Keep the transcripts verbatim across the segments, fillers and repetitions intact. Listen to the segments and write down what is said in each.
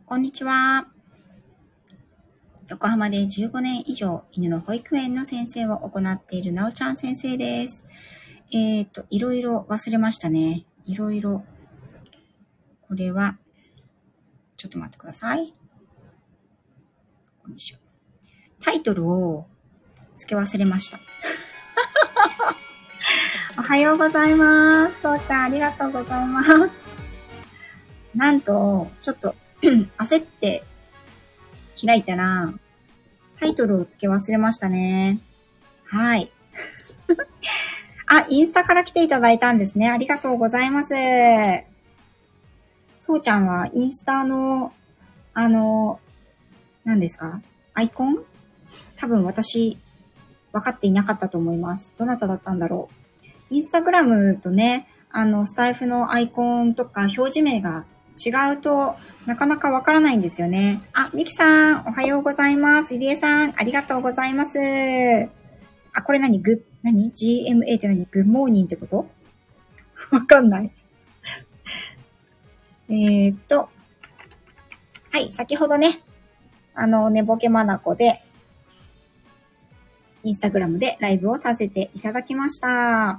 こんにちは。横浜でじゅうごねん以上犬の保育園の先生を行っているなおちゃん先生です。えっと、いろいろ忘れましたね。いろいろ。これは、ちょっと待ってください。よいしょ。タイトルを付け忘れました。おはようございます。そうちゃんありがとうございます。なんと、ちょっと焦って開いたら、タイトルを付け忘れましたね。はい。あ、インスタから来ていただいたんですね。ありがとうございます。そうちゃんはインスタの、あの、何ですか？アイコン？多分私、分かっていなかったと思います。どなただったんだろう。インスタグラムとね、あの、スタイフのアイコンとか表示名が違うとなかなかわからないんですよね。あ、ミキさん、おはようございます。入江さん、ありがとうございます。あ、これ何グ何 ジーエムエー って何グッモーニングってことわかんない。えーっと、はい、先ほどね、あの、寝ぼけまなこで、インスタグラムでライブをさせていただきました。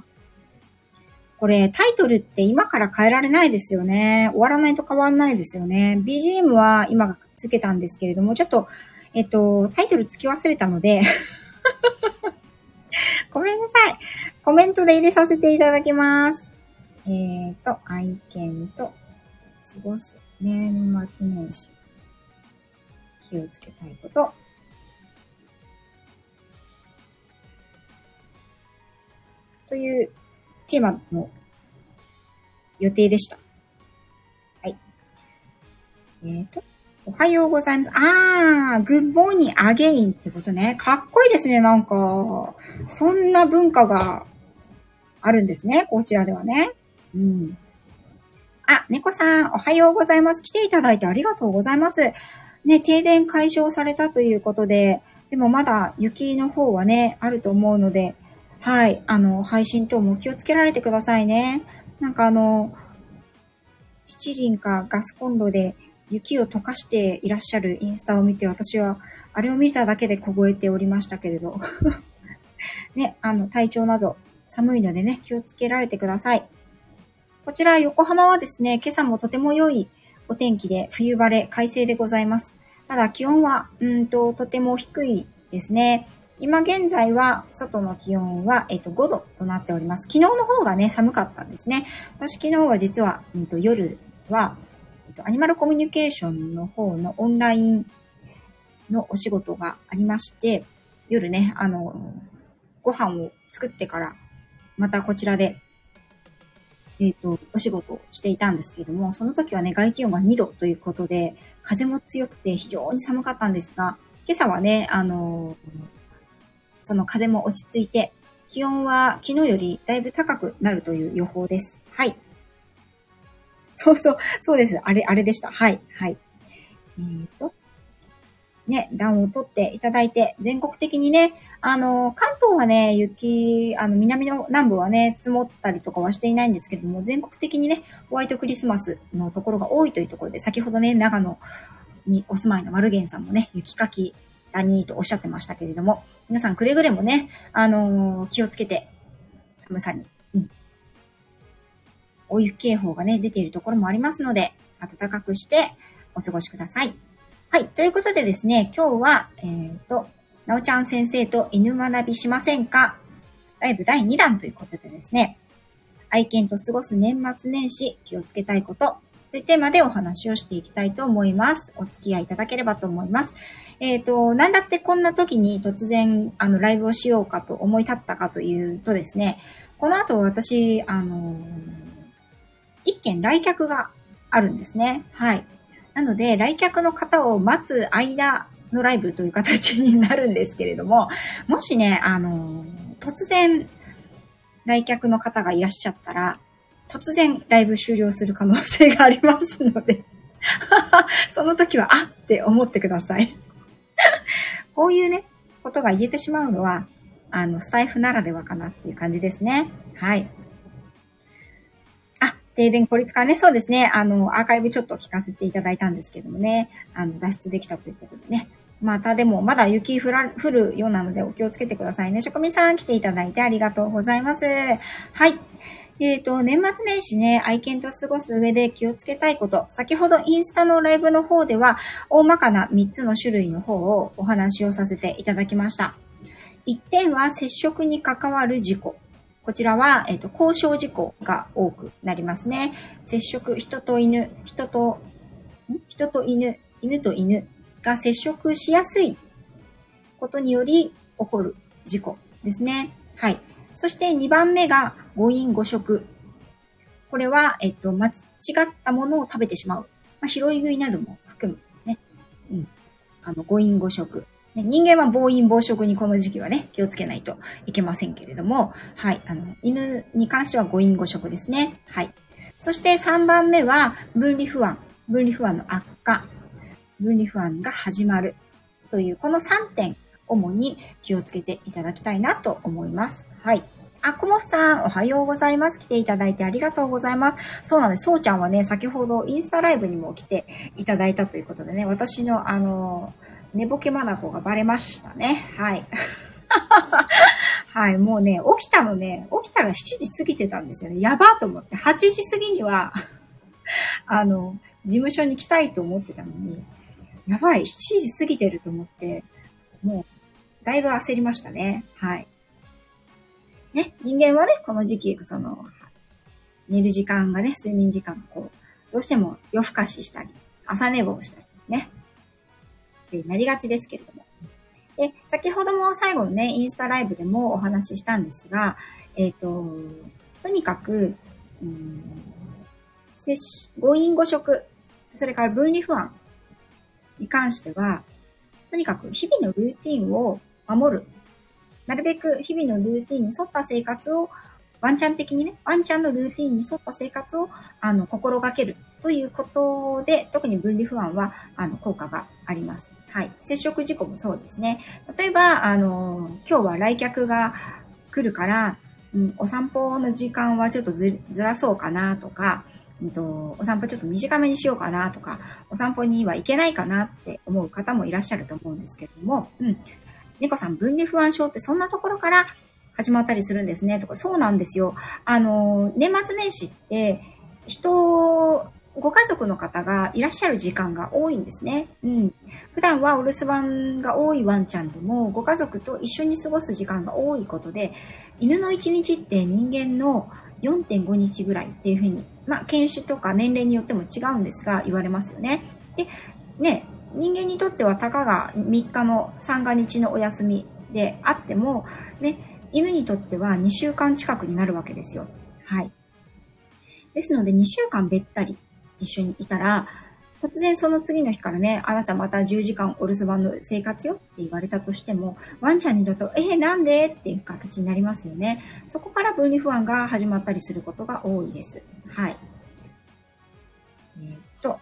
これ、タイトルって今から変えられないですよね。終わらないと変わらないですよね。ビージーエム は今つけたんですけれども、ちょっと、えっと、タイトルつき忘れたので、ごめんなさい。コメントで入れさせていただきます。えっと、愛犬と過ごす年末年始。気をつけたいこと。というテーマの予定でした。はい。えっと、おはようございます。あー、グッモーニングアゲインってことね。かっこいいですね、なんか。そんな文化があるんですね、こちらではね。うん。あ、猫さん、おはようございます。来ていただいてありがとうございます。ね、停電解消されたということで、でもまだ雪の方はね、あると思うので、はい、あの、配信等も気をつけられてくださいね。なんかあの、七輪かガスコンロで雪を溶かしていらっしゃるインスタを見て、私はあれを見ただけで凍えておりましたけれど。ね、あの、体調など寒いのでね、気をつけられてください。こちら横浜はですね、今朝もとても良いお天気で冬晴れ、快晴でございます。ただ気温は、うんと、とても低いですね。今現在は、外の気温は、えっと、ごどとなっております。昨日の方がね、寒かったんですね。私昨日は実は、うんと、夜は、えっと、アニマルコミュニケーションの方のオンラインのお仕事がありまして、夜ね、あの、ご飯を作ってから、またこちらで、えっと、お仕事をしていたんですけれども、その時はね、外気温がにどということで、風も強くて非常に寒かったんですが、今朝はね、あの、その風も落ち着いて、気温は昨日よりだいぶ高くなるという予報です。はい。そうそう、そうです。あれ、あれでした。はい、はい。えっと、ね、暖を取っていただいて、全国的にね、あの、関東はね、雪、あの、南の南部はね、積もったりとかはしていないんですけれども、全国的にね、ホワイトクリスマスのところが多いというところで、先ほどね、長野にお住まいのマルゲンさんもね、雪かきだにとおっしゃってましたけれども、皆さんくれぐれもね、あのー、気をつけて、寒さに、うん、大雪警報がね、出ているところもありますので、暖かくしてお過ごしください。はい。ということでですね、今日は、えっと、なおちゃん先生と犬学びしませんかライブだいにだんということでですね、愛犬と過ごす年末年始気をつけたいことというテーマでお話をしていきたいと思います。お付き合いいただければと思います。えっと、なんだってこんな時に突然、あの、ライブをしようかと思い立ったかというとですね、この後私、あの、一件来客があるんですね。はい。なので、来客の方を待つ間のライブという形になるんですけれども、もしね、あの、突然、来客の方がいらっしゃったら、突然ライブ終了する可能性がありますので、その時は、あって思ってください。こういうね、ことが言えてしまうのは、あの、スタイフならではかなっていう感じですね。はい。 停電孤立からね、そうですね、あの、アーカイブちょっと聞かせていただいたんですけどもね、あの、脱出できたということでね。またでも、まだ雪降ら、降るようなのでお気をつけてくださいね。職味さん来ていただいてありがとうございます。はい。えっと、年末年始ね、愛犬と過ごす上で気をつけたいこと。先ほどインスタのライブの方では、大まかなみっつの種類の方をお話をさせていただきました。いってんは接触に関わる事故。こちらは、えっと、交渉事故が多くなりますね。接触、人と犬、人と、人と犬、犬と犬が接触しやすいことにより起こる事故ですね。はい。そしてにばんめが誤飲誤食。これは、えっと、間違ったものを食べてしまう。まあ、拾い食いなども含む。ね。うん。あの、誤飲誤食。ね、人間は暴飲暴食にこの時期はね、気をつけないといけませんけれども、はい。あの、犬に関しては誤飲誤食ですね。はい。そしてさんばんめは、分離不安。分離不安の悪化。分離不安が始まる。という、このさんてん、主に気をつけていただきたいなと思います。はい。あ、コモフさん、おはようございます。来ていただいてありがとうございます。そうなんです。そうちゃんはね、先ほどインスタライブにも来ていただいたということでね、私のあの、寝ぼけまなこがバレましたね。はい。はい、もうね、起きたのね、起きたらしちじ過ぎてたんですよね。やばーと思って、はちじ過ぎには、あの、事務所に来たいと思ってたのに、やばい、しちじ過ぎてると思って、もう、だいぶ焦りましたね。はい。ね、人間はね、この時期、その、寝る時間がね、睡眠時間がこう、どうしても夜更かししたり、朝寝坊したり、ね、ってなりがちですけれども。で、先ほども最後のね、インスタライブでもお話ししたんですが、えっと、とにかく、うん、摂取、誤飲誤食、それから分離不安に関しては、とにかく日々のルーティンを守る。なるべく日々のルーティンに沿った生活を、ワンちゃん的にね、ワンちゃんのルーティンに沿った生活を、あの、心がけるということで、特に分離不安は、あの、効果があります。はい。接触事故もそうですね。例えば、あの、今日は来客が来るから、うん、お散歩の時間はちょっとず、ずらそうかなとか、うんと、お散歩ちょっと短めにしようかなとか、お散歩には行けないかなって思う方もいらっしゃると思うんですけれども、うん。猫さん、分離不安症ってそんなところから始まったりするんですねとか、そうなんですよ。あの、年末年始って、人、ご家族の方がいらっしゃる時間が多いんですね。うん。普段はお留守番が多いワンちゃんでも、ご家族と一緒に過ごす時間が多いことで、犬のいちにちって人間の よんてんご 日ぐらいっていうふうに、まあ、犬種とか年齢によっても違うんですが、言われますよね。で、ね、人間にとってはたかがみっかの三が日のお休みであっても、ね、犬にとってはにしゅうかん近くになるわけですよ。はい。ですのでにしゅうかんべったり一緒にいたら、突然その次の日からね、あなたまたじゅうじかんお留守番の生活よって言われたとしても、ワンちゃんにとっては、えー、なんでっていう形になりますよね。そこから分離不安が始まったりすることが多いです。はい。えー、っと、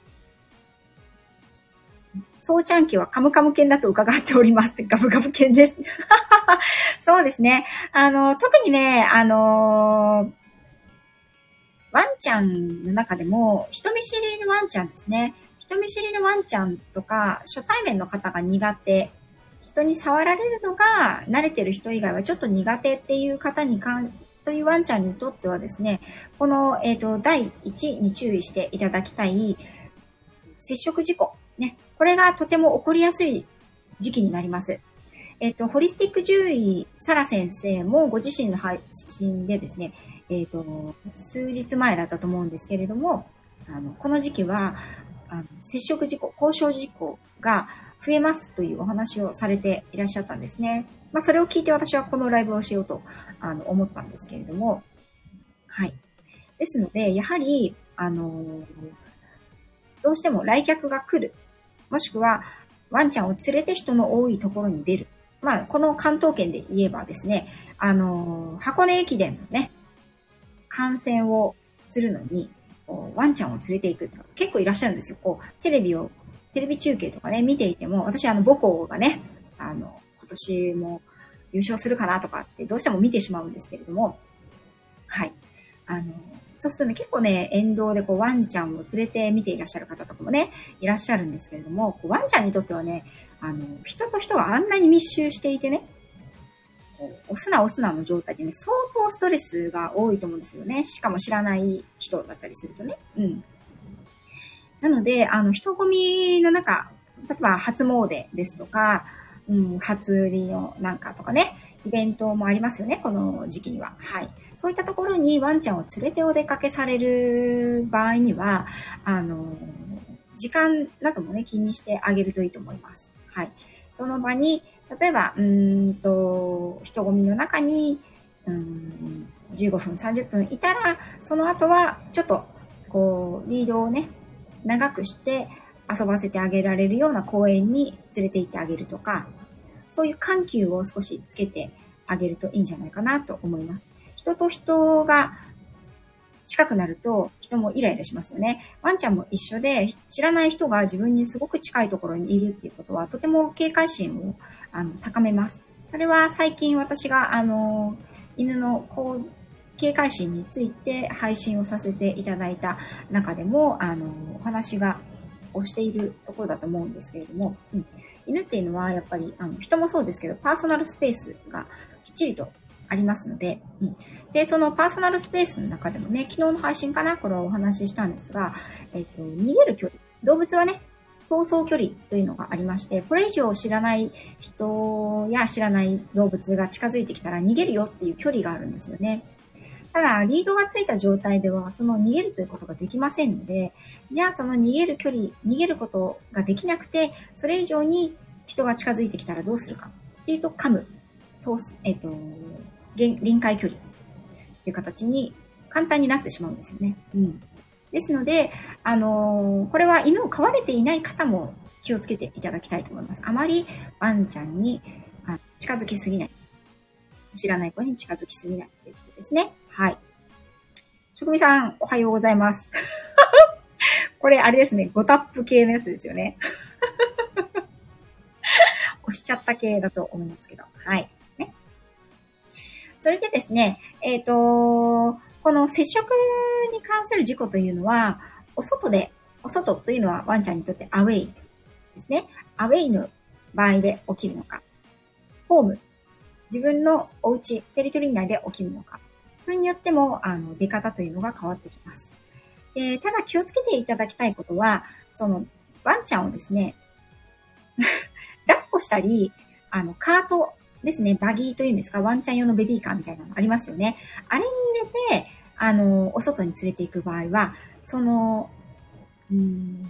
そうちゃん家はカムカム犬だと伺っておりますって、ガブガブ犬です。そうですね。あの、特にね、あのー、ワンちゃんの中でも、人見知りのワンちゃんですね。人見知りのワンちゃんとか、初対面の方が苦手。人に触られるのが慣れてる人以外はちょっと苦手っていう方に関というワンちゃんにとってはですね、この、えっと、だいいちに注意していただきたい接触事故。ね。これがとても起こりやすい時期になります。えっと、ホリスティック獣医、サラ先生もご自身の配信でですね、えっと、数日前だったと思うんですけれども、あの、この時期は、あの、接触事故、交渉事故が増えますというお話をされていらっしゃったんですね。まあ、それを聞いて私はこのライブをしようと、あの、思ったんですけれども、はい。ですので、やはり、あの、どうしても来客が来る。もしくは、ワンちゃんを連れて人の多いところに出る。まあ、この関東圏で言えばですね、あの、箱根駅伝のね、観戦をするのに、ワンちゃんを連れて行くって方結構いらっしゃるんですよ。こう、テレビを、テレビ中継とかね、見ていても、私あの、母校がね、あの、今年も優勝するかなとかってどうしても見てしまうんですけれども、はい。あの、 そうするとね、結構ね、沿道でこうワンちゃんを連れて見ていらっしゃる方とかもね、いらっしゃるんですけれども、こうワンちゃんにとってはね、あの、人と人があんなに密集していてね、オスナオスナの状態でね、相当ストレスが多いと思うんですよね。しかも知らない人だったりするとね。うん。なので、あの、人混みの中、例えば初詣ですとか、うん、初売りのなんかとかね、イベントもありますよね、この時期には。はい。そういったところにワンちゃんを連れてお出かけされる場合には、あの、時間などもね、気にしてあげるといいと思います。はい。その場に、例えば、うーんと、人混みの中に、うーん、じゅうごふん、さんじゅっぷんいたら、その後は、ちょっと、こう、リードをね、長くして遊ばせてあげられるような公園に連れて行ってあげるとか、そういう緩急を少しつけてあげるといいんじゃないかなと思います。人と人が近くなると人もイライラしますよね。ワンちゃんも一緒で、知らない人が自分にすごく近いところにいるっていうことは、とても警戒心をあの高めます。それは最近私があの犬のこう警戒心について配信をさせていただいた中でも、あのお話がをしているところだと思うんですけれども、うん、犬っていうのはやっぱりあの人もそうですけど、パーソナルスペースがきっちりとありますので、うん、で、そのパーソナルスペースの中でもね、昨日の配信かな、これをお話ししたんですが、えっと、逃げる距離。動物はね、逃走距離というのがありまして、これ以上知らない人や知らない動物が近づいてきたら逃げるよっていう距離があるんですよね。ただ、リードがついた状態では、その逃げるということができませんので、じゃあその逃げる距離、逃げることができなくて、それ以上に人が近づいてきたらどうするかっていうと、噛む、通す、えっと、臨界距離っていう形に簡単になってしまうんですよね。うん。ですので、あのー、これは犬を飼われていない方も気をつけていただきたいと思います。あまりワンちゃんに近づきすぎない。知らない子に近づきすぎないということですね。はい。職味さん、おはようございます。これ、あれですね。ごタップ系のやつですよね。押しちゃった系だと思いますけど。はい。ね。それでですね、えっと、この接触に関する事故というのは、お外で、お外というのはワンちゃんにとってアウェイですね。アウェイの場合で起きるのか、ホーム、自分のお家、テリトリー内で起きるのか、それによっても、あの、出方というのが変わってきます。で、ただ気をつけていただきたいことは、その、ワンちゃんをですね、抱っこしたり、あの、カートですね、バギーというんですか、ワンちゃん用のベビーカーみたいなのありますよね。あれに入れて、あの、お外に連れて行く場合は、その、うん、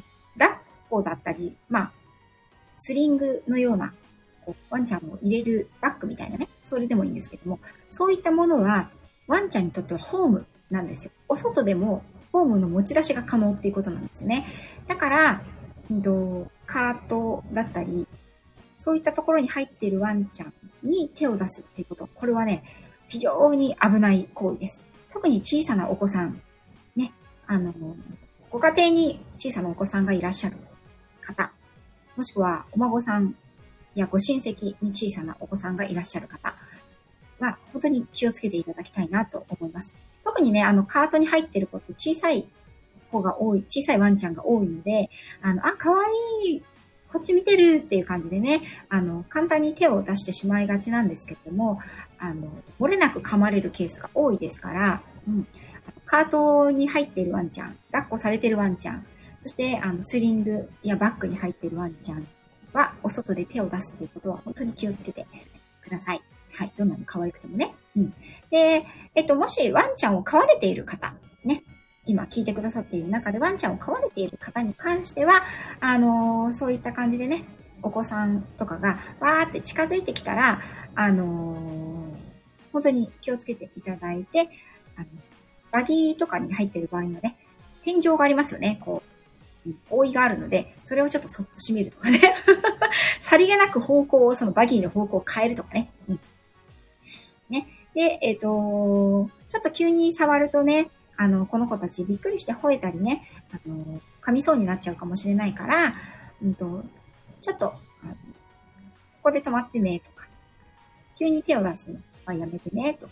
抱っこだったり、まあ、スリングのような、こうワンちゃんを入れるバッグみたいなね、それでもいいんですけども、そういったものは、ワンちゃんにとってはホームなんですよ。お外でも、ホームの持ち出しが可能っていうことなんですよね。だから、うんと、カートだったり、そういったところに入っているワンちゃんに手を出すっていうこと。これはね、非常に危ない行為です。特に小さなお子さん、ね、あの、ご家庭に小さなお子さんがいらっしゃる方、もしくはお孫さんやご親戚に小さなお子さんがいらっしゃる方は、本当に気をつけていただきたいなと思います。特にね、あの、カートに入ってる子って小さい子が多い、小さいワンちゃんが多いので、あの、あ、かわいい、こっち見てるっていう感じでね、あの、簡単に手を出してしまいがちなんですけれども、あの、漏れなく噛まれるケースが多いですから、うん、カートに入っているワンちゃん、抱っこされているワンちゃん、そして、あの、スリングやバッグに入っているワンちゃんは、お外で手を出すっていうことは本当に気をつけてください。はい。どんなに可愛くてもね。うん。で、えっと、もしワンちゃんを飼われている方、ね。今聞いてくださっている中でワンちゃんを飼われている方に関しては、あのー、そういった感じでね、お子さんとかがわーって近づいてきたら、あのー、本当に気をつけていただいて、あのバギーとかに入っている場合にはね、天井がありますよね。こう、覆いがあるので、それをちょっとそっと閉めるとかね。さりげなく方向を、そのバギーの方向を変えるとかね。うん、ね。で、えっと、ちょっと急に触るとね、あの、この子たちびっくりして吠えたりね、あの、噛みそうになっちゃうかもしれないから、うんと、ちょっと、あのここで止まってね、とか、急に手を出すのはやめてね、とかね。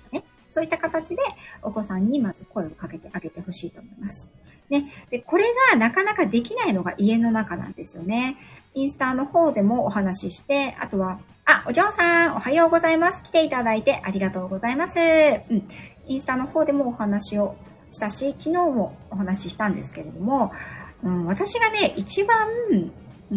そういった形でお子さんにまず声をかけてあげてほしいと思います。ね。で、これがなかなかできないのが家の中なんですよね。インスタの方でもお話しして、あとは、あ、お嬢さん、おはようございます。来ていただいてありがとうございます。うん。インスタの方でもお話をしたし、昨日もお話ししたんですけれども、うん、私がね、一番、うん、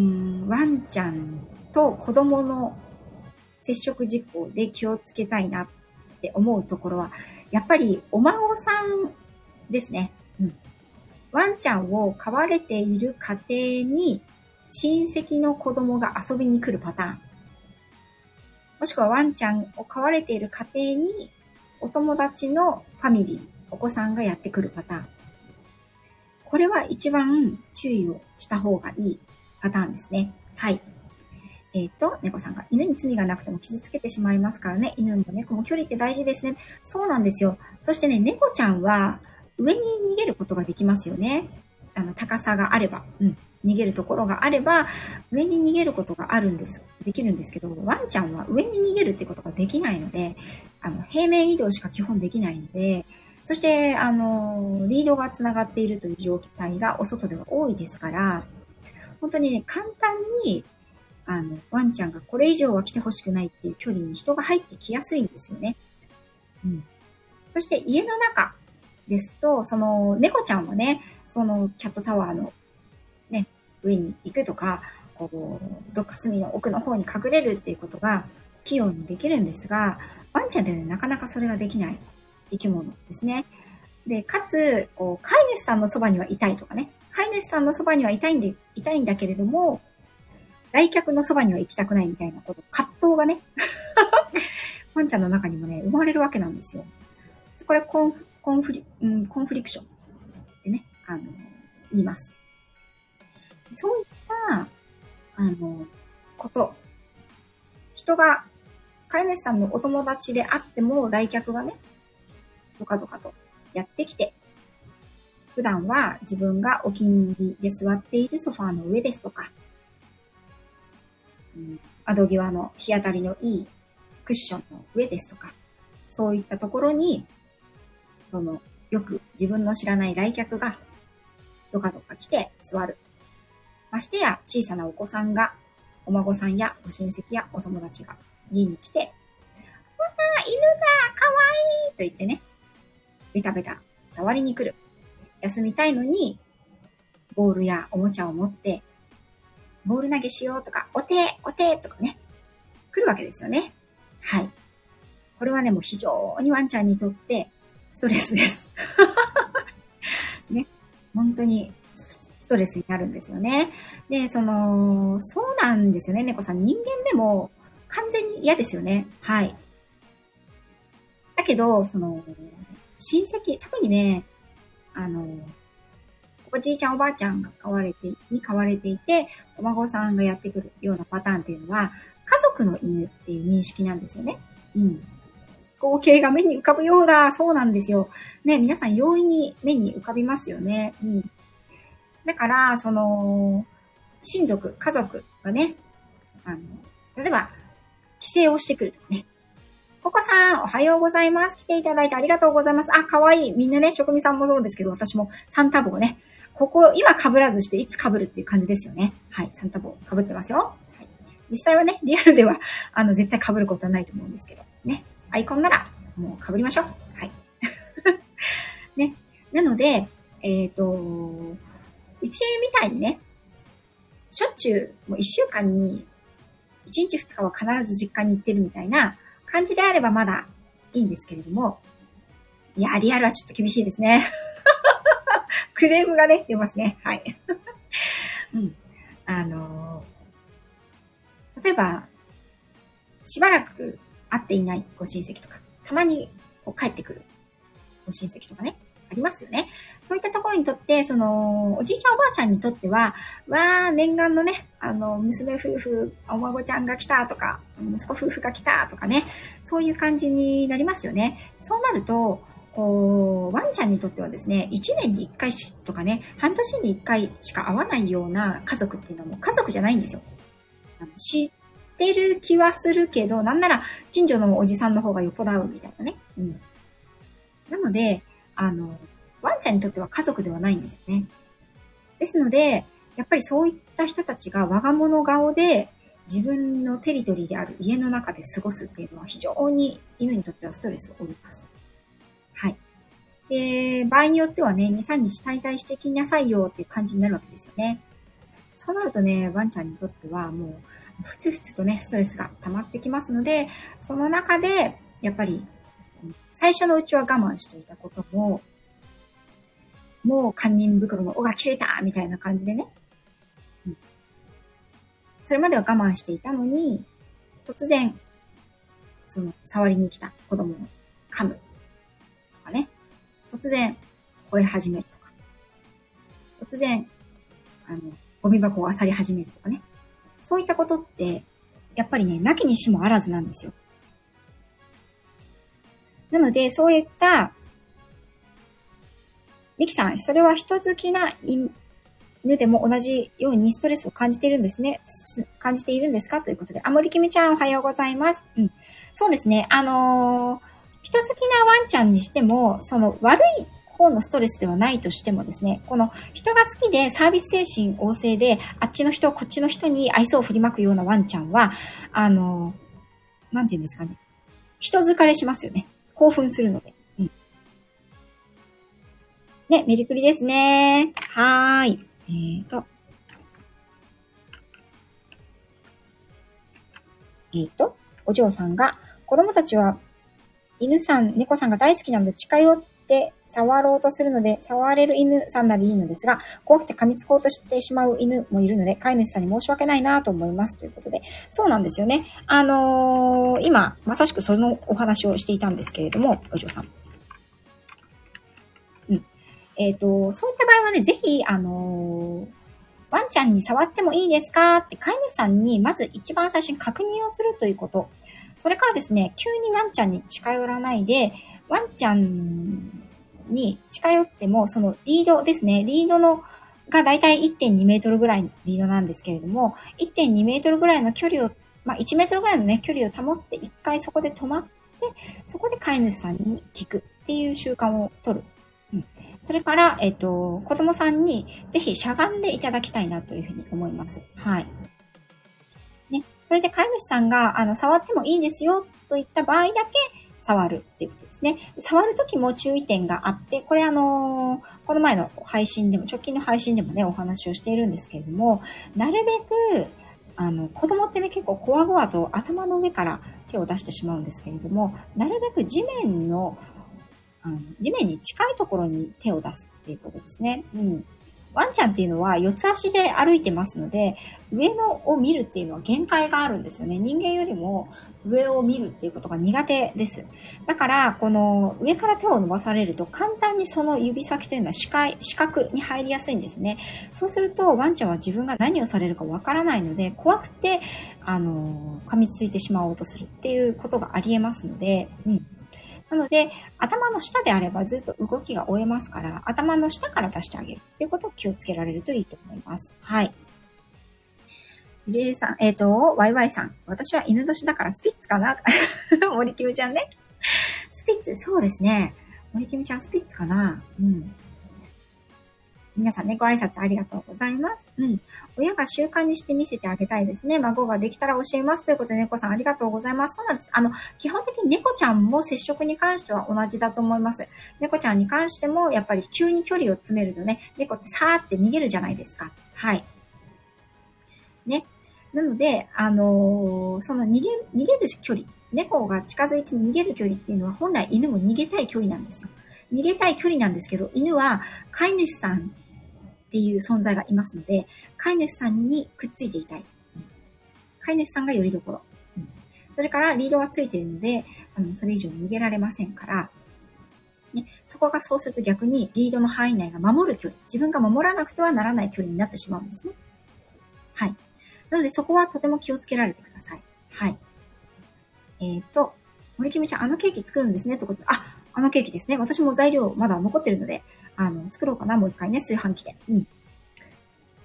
ワンちゃんと子供の接触事項で気をつけたいなって思うところは、やっぱりお孫さんですね。うん。ワンちゃんを飼われている家庭に親戚の子供が遊びに来るパターン。もしくはワンちゃんを飼われている家庭にお友達のファミリー、お子さんがやってくるパターン。これは一番注意をした方がいいパターンですね。はい。えっと、猫さんが犬に罪がなくても傷つけてしまいますからね。犬も猫も距離って大事ですね。そうなんですよ。そしてね、猫ちゃんは上に逃げることができますよね。あの、高さがあれば。うん。逃げるところがあれば、上に逃げることがあるんです。できるんですけど、ワンちゃんは上に逃げるってことができないので、あの、平面移動しか基本できないので、そして、あの、リードが繋がっているという状態がお外では多いですから、本当にね、簡単に、あの、ワンちゃんがこれ以上は来てほしくないっていう距離に人が入ってきやすいんですよね。うん。そして家の中ですと、その猫ちゃんはね、そのキャットタワーのね、上に行くとか、こう、どっか隅の奥の方に隠れるっていうことが器用にできるんですが、ワンちゃんでは、ね、なかなかそれができない生き物ですね。で、かつ、こう、飼い主さんのそばにはいたいとかね、飼い主さんのそばにはいたいんで、いたいんだけれども、来客のそばには行きたくないみたいなこと、葛藤がね、ワンちゃんの中にもね、生まれるわけなんですよ。これコン、コンフリ、うん、コンフリクションってね、あの、言います。そういった、あの、こと。人が、飼い主さんのお友達であっても、来客がね、どかどかとやってきて、普段は自分がお気に入りで座っているソファーの上ですとか、うん、窓際の日当たりのいいクッションの上ですとか、そういったところに、その、よく自分の知らない来客が、どかどか来て座る。ましてや小さなお子さんが、お孫さんやご親戚やお友達が家に来て、わあ、犬だ、かわいいと言ってね、ベタベタ触りに来る。休みたいのに、ボールやおもちゃを持って、ボール投げしようとか、お手、お手とかね、来るわけですよね。はい。これはね、もう非常にワンちゃんにとってストレスです。ね。本当にストレスになるんですよね。で、その、そうなんですよね、猫さん。人間でも完全に嫌ですよね。はい。だけど、その、親戚、特にね、あの、おじいちゃんおばあちゃんが飼われて、に飼われていて、お孫さんがやってくるようなパターンっていうのは、家族の犬っていう認識なんですよね。うん。光景が目に浮かぶようだ。そうなんですよ。ね、皆さん容易に目に浮かびますよね。うん。だから、その、親族、家族がね、あの、例えば、帰省をしてくるとかね。ココさん、おはようございます。来ていただいてありがとうございます。あ、かわいい。みんなね、職味さんもそうですけど、私もサンタ帽ね。ここ、今被らずしていつ被るっていう感じですよね。はい、サンタ帽被ってますよ。はい、実際はね、リアルでは、あの、絶対被ることはないと思うんですけど、ね。アイコンなら、もう被りましょう。はい。ね。なので、えっと、うちみたいにね、しょっちゅう、もういっしゅうかんにいちにちふつかは必ず実家に行ってるみたいな感じであればまだいいんですけれども、いや、リアルはちょっと厳しいですね。クレームがね、出ますね。はい。うん。あのー、例えば、しばらく会っていないご親戚とか、たまにこう帰ってくるご親戚とかね、ありますよね。そういったところにとって、その、おじいちゃんおばあちゃんにとっては、わー、念願のね、あの、娘夫婦、お孫ちゃんが来たとか、息子夫婦が来たとかね、そういう感じになりますよね。そうなると、こう、ワンちゃんにとってはですね、いちねんにいっかいとかね、半年にいっかいしか会わないような家族っていうのはもう家族じゃないんですよ。あの知ってる気はするけど、なんなら近所のおじさんの方がよっぽど会うみたいなね。うん。 なので、あの、ワンちゃんにとっては家族ではないんですよね。ですので、やっぱりそういった人たちが我が物顔で自分のテリトリーである家の中で過ごすっていうのは非常に犬にとってはストレスを負います。はい。で、場合によってはね、に、さんにち滞在してきなさいよっていう感じになるわけですよね。そうなるとね、ワンちゃんにとってはもう、ふつふつとね、ストレスが溜まってきますので、その中で、やっぱり、最初のうちは我慢していたことも、もう堪忍袋の尾が切れたみたいな感じでね、うん、それまでは我慢していたのに、突然、その、触りに来た子供を噛むとかね、突然、吠え始めるとか、突然、あの、ゴミ箱を漁り始めるとかね。そういったことって、やっぱりね、なきにしもあらずなんですよ。なので、そういった、ミキさん、それは人好きな犬でも同じようにストレスを感じているんですね。感じているんですかということで。あ、森きみちゃんおはようございます。うん。そうですね。あのー、人好きなワンちゃんにしても、その悪い方のストレスではないとしてもですね、この人が好きでサービス精神旺盛で、あっちの人、こっちの人に愛想を振りまくようなワンちゃんは、あのー、なんて言うんですかね。人疲れしますよね。興奮するので。うん。ね、メリクリですね。はーい。えーと。えーと、お嬢さんが、子供たちは犬さん、猫さんが大好きなので近寄って触ろうとするので、触れる犬さんなりいいのですが、怖くて噛みつこうとしてしまう犬もいるので、飼い主さんに申し訳ないなと思いますということで、そうなんですよね。あのー、今、まさしくそのお話をしていたんですけれども、お嬢さん。うん。えっと、そういった場合はね、ぜひ、あのー、ワンちゃんに触ってもいいですかって飼い主さんにまず一番最初に確認をするということ。それからですね、急にワンちゃんに近寄らないで、ワンちゃんに近寄っても、そのリードですね、リードのがだいたい いってんに メートルぐらいのリードなんですけれども、いってんに メートルぐらいの距離を、まあいちメートルぐらいのね、距離を保って一回そこで止まって、そこで飼い主さんに聞くっていう習慣を取る。うん、それから、えっと、子供さんにぜひしゃがんでいただきたいなというふうに思います。はい。ね。それで飼い主さんが、あの、触ってもいいですよといった場合だけ触るっていうことですね。触るときも注意点があって、これあのー、この前の配信でも、直近の配信でもね、お話をしているんですけれども、なるべく、あの、子供ってね、結構こわごわと頭の上から手を出してしまうんですけれども、なるべく地面のあの、地面に近いところに手を出すっていうことですね。うん。ワンちゃんっていうのは四つ足で歩いてますので、上のを見るっていうのは限界があるんですよね。人間よりも上を見るっていうことが苦手です。だから、この上から手を伸ばされると簡単にその指先というのは視界、視覚に入りやすいんですね。そうするとワンちゃんは自分が何をされるかわからないので、怖くて、あの、噛みついてしまおうとするっていうことがあり得ますので、うん。なので、頭の下であればずっと動きが追えますから、頭の下から出してあげるっていうことを気をつけられるといいと思います。はい。ゆりえさん、えっ、ー、と、ワイワイさん。私は犬年だからスピッツかな森キムちゃんね。スピッツ、そうですね。森キムちゃんスピッツかなうん。皆さんね、ご挨拶ありがとうございます。うん。親が習慣にして見せてあげたいですね。孫ができたら教えます。ということで、猫さんありがとうございます。そうなんです。あの、基本的に猫ちゃんも接触に関しては同じだと思います。猫ちゃんに関しても、やっぱり急に距離を詰めるとね、猫ってさーって逃げるじゃないですか。はい。ね。なので、あのー、その逃げ、逃げる距離、猫が近づいて逃げる距離っていうのは本来犬も逃げたい距離なんですよ。逃げたい距離なんですけど、犬は飼い主さんっていう存在がいますので、飼い主さんにくっついていたい。飼い主さんがよりどころ。それからリードがついているので、あの、それ以上逃げられませんから、ね、そこがそうすると逆にリードの範囲内が守る距離、自分が守らなくてはならない距離になってしまうんですね。はい。なのでそこはとても気をつけられてください。はい。えっと、森キムちゃん、あのケーキ作るんですねとか、あ、あのケーキですね。私も材料まだ残ってるので、あの、作ろうかな、もう一回ね、炊飯器で。うん。い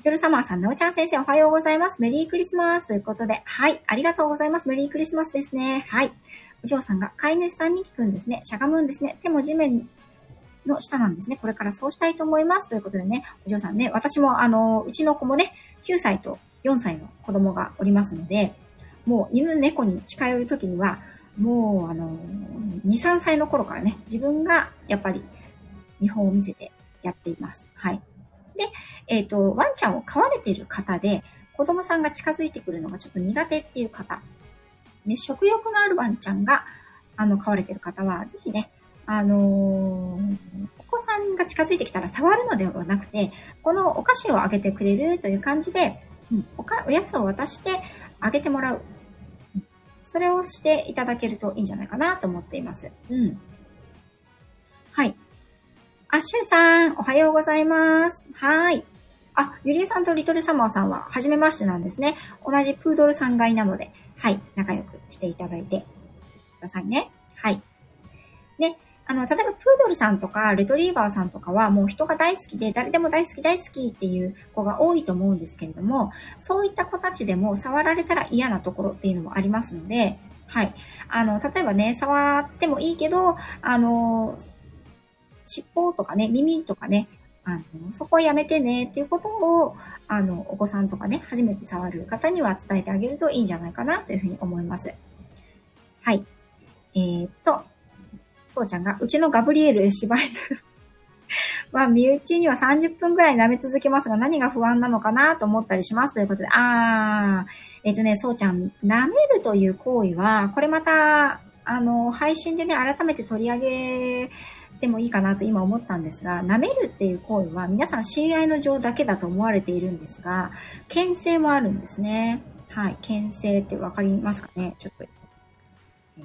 トルサマーさん、なおちゃん先生おはようございます。メリークリスマスということで、はい、ありがとうございます。メリークリスマスですね。はい。お嬢さんが、飼い主さんに聞くんですね。しゃがむんですね。手も地面の下なんですね。これからそうしたいと思います。ということでね、お嬢さんね、私もあの、うちの子もね、きゅうさいとよんさいの子供がおりますので、もう犬猫に近寄るときには、もうあの、に、さんさいの頃からね、自分がやっぱり見本を見せてやっています。はい。で、えっと、ワンちゃんを飼われている方で、子供さんが近づいてくるのがちょっと苦手っていう方、ね、食欲のあるワンちゃんが、あの、飼われている方は、ぜひね、あのー、お子さんが近づいてきたら触るのではなくて、このお菓子をあげてくれるという感じで、うん、おか、おやつを渡してあげてもらう。それをしていただけるといいんじゃないかなと思っています。うん。はい。あ、シュウさん、おはようございます。はい。あ、ゆりえさんとリトルサマーさんは、はじめましてなんですね。同じプードルさん飼いなので、はい。仲良くしていただいてくださいね。はい。ね。あの、例えば、プードルさんとか、レトリーバーさんとかは、もう人が大好きで、誰でも大好き大好きっていう子が多いと思うんですけれども、そういった子たちでも触られたら嫌なところっていうのもありますので、はい。あの、例えばね、触ってもいいけど、あの、尻尾とかね、耳とかね、あの、そこはやめてねっていうことを、あの、お子さんとかね、初めて触る方には伝えてあげるといいんじゃないかなというふうに思います。はい。えー、っと、そうちゃんが、うちのガブリエル柴犬は身内にはさんじゅっぷんぐらい舐め続けますが、何が不安なのかなと思ったりしますということで、あー、えー、っとね、そうちゃん、舐めるという行為は、これまた、あの、配信でね、改めて取り上げてもいいかなと今思ったんですが、舐めるっていう行為は皆さん親愛の情だけだと思われているんですが、牽制もあるんですね。はい。牽制ってわかりますかね？ちょっと。えー、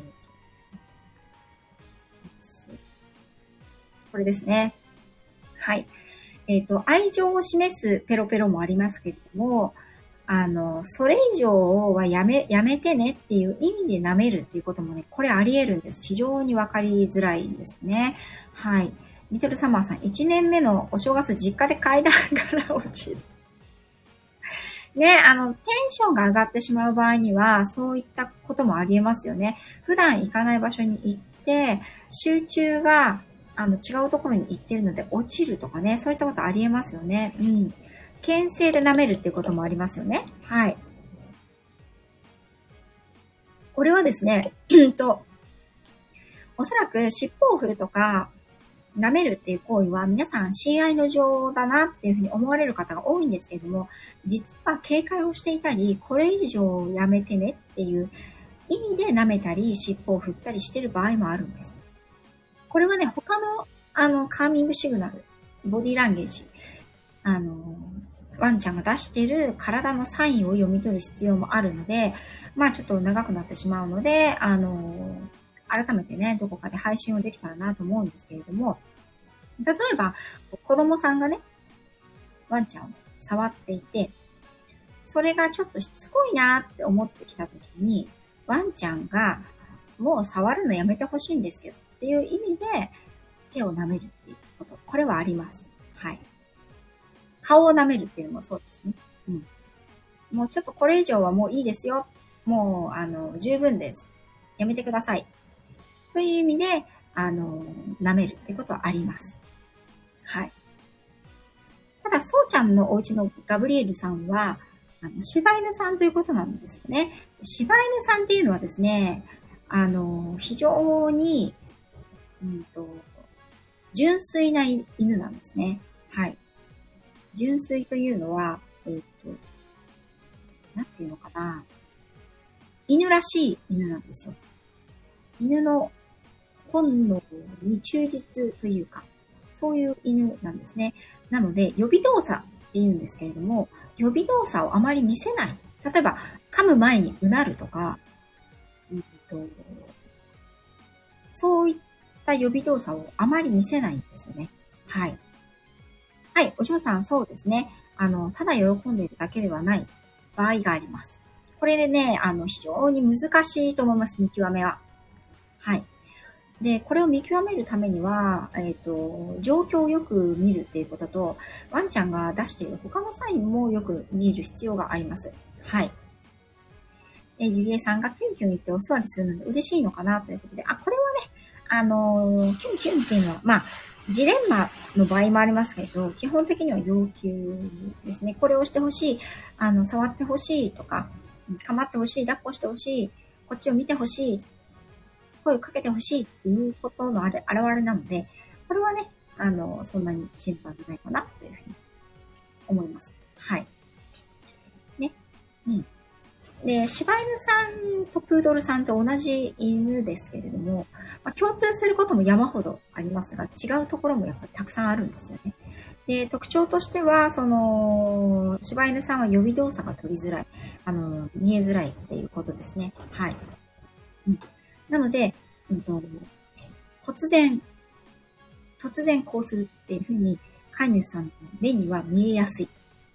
これですね。はい。えっと、愛情を示すペロペロもありますけれども、あの、それ以上はやめ、やめてねっていう意味で舐めるっていうこともね、これあり得るんです。非常にわかりづらいんですよね。はい。リトルサマーさん、いちねんめのお正月実家で階段から落ちる。ね、あの、テンションが上がってしまう場合には、そういったこともあり得ますよね。普段行かない場所に行って、集中が、あの、違うところに行ってるので落ちるとかね、そういったことあり得ますよね。うん。牽制で舐めるっていうこともありますよね。はい。これはですね、うんと、おそらく尻尾を振るとか、舐めるっていう行為は皆さん親愛の情だなっていうふうに思われる方が多いんですけれども、実は警戒をしていたり、これ以上やめてねっていう意味で舐めたり、尻尾を振ったりしている場合もあるんです。これはね、他の、あの、カーミングシグナル、ボディーランゲージ、あの、ワンちゃんが出している体のサインを読み取る必要もあるので、まあちょっと長くなってしまうので、あの、改めてね、どこかで配信をできたらなと思うんですけれども、例えば、子供さんがね、ワンちゃんを触っていて、それがちょっとしつこいなって思ってきたときに、ワンちゃんが、もう触るのやめてほしいんですけど、っていう意味で、手を舐めるっていうこと。これはあります。はい。顔を舐めるっていうのもそうですね。うん。もうちょっとこれ以上はもういいですよ。もう、あの、十分です。やめてください。という意味で、あの、舐めるってことはあります。はい。ただ、そうちゃんのお家のガブリエルさんは、あの、柴犬さんということなんですよね。柴犬さんっていうのはですね、あの、非常に、うんと、純粋な犬なんですね。はい。純粋というのは、えっと、なんていうのかな。犬らしい犬なんですよ。犬の本能に忠実というか、そういう犬なんですね。なので、予備動作って言うんですけれども、予備動作をあまり見せない。例えば、噛む前にうなるとか、うんと、そういった予備動作をあまり見せないんですよね。はい。はい、お嬢さん、そうですね。あの、ただ喜んでいるだけではない場合があります。これでね、あの、非常に難しいと思います、見極めは。はい。 で、これを見極めるためには、えっと、状況をよく見るっていうことと、ワンちゃんが出している他のサインもよく見る必要があります。はい。で、ゆりえさんがキュンキュン言ってお座りするので嬉しいのかなということで、あ、これはね、あのー、キュンキュンっていうのは、まあ、ジレンマの場合もありますけど、基本的には要求ですね。これをしてほしい、あの、触ってほしいとか、構ってほしい、抱っこしてほしい、こっちを見てほしい、声をかけてほしいっていうことのあれ、現れなので、これはね、あの、そんなに心配ないかなというふうに思います。はい。ね。うん。で、柴犬さんとプードルさんと同じ犬ですけれども、まあ、共通することも山ほどありますが、違うところもやっぱりたくさんあるんですよね。で、特徴としては、その、柴犬さんは予備動作が取りづらい、あの、見えづらいっていうことですね。はい。うん、なので、うんと、突然、突然こうするっていうふうに、飼い主さんの目には見えやすい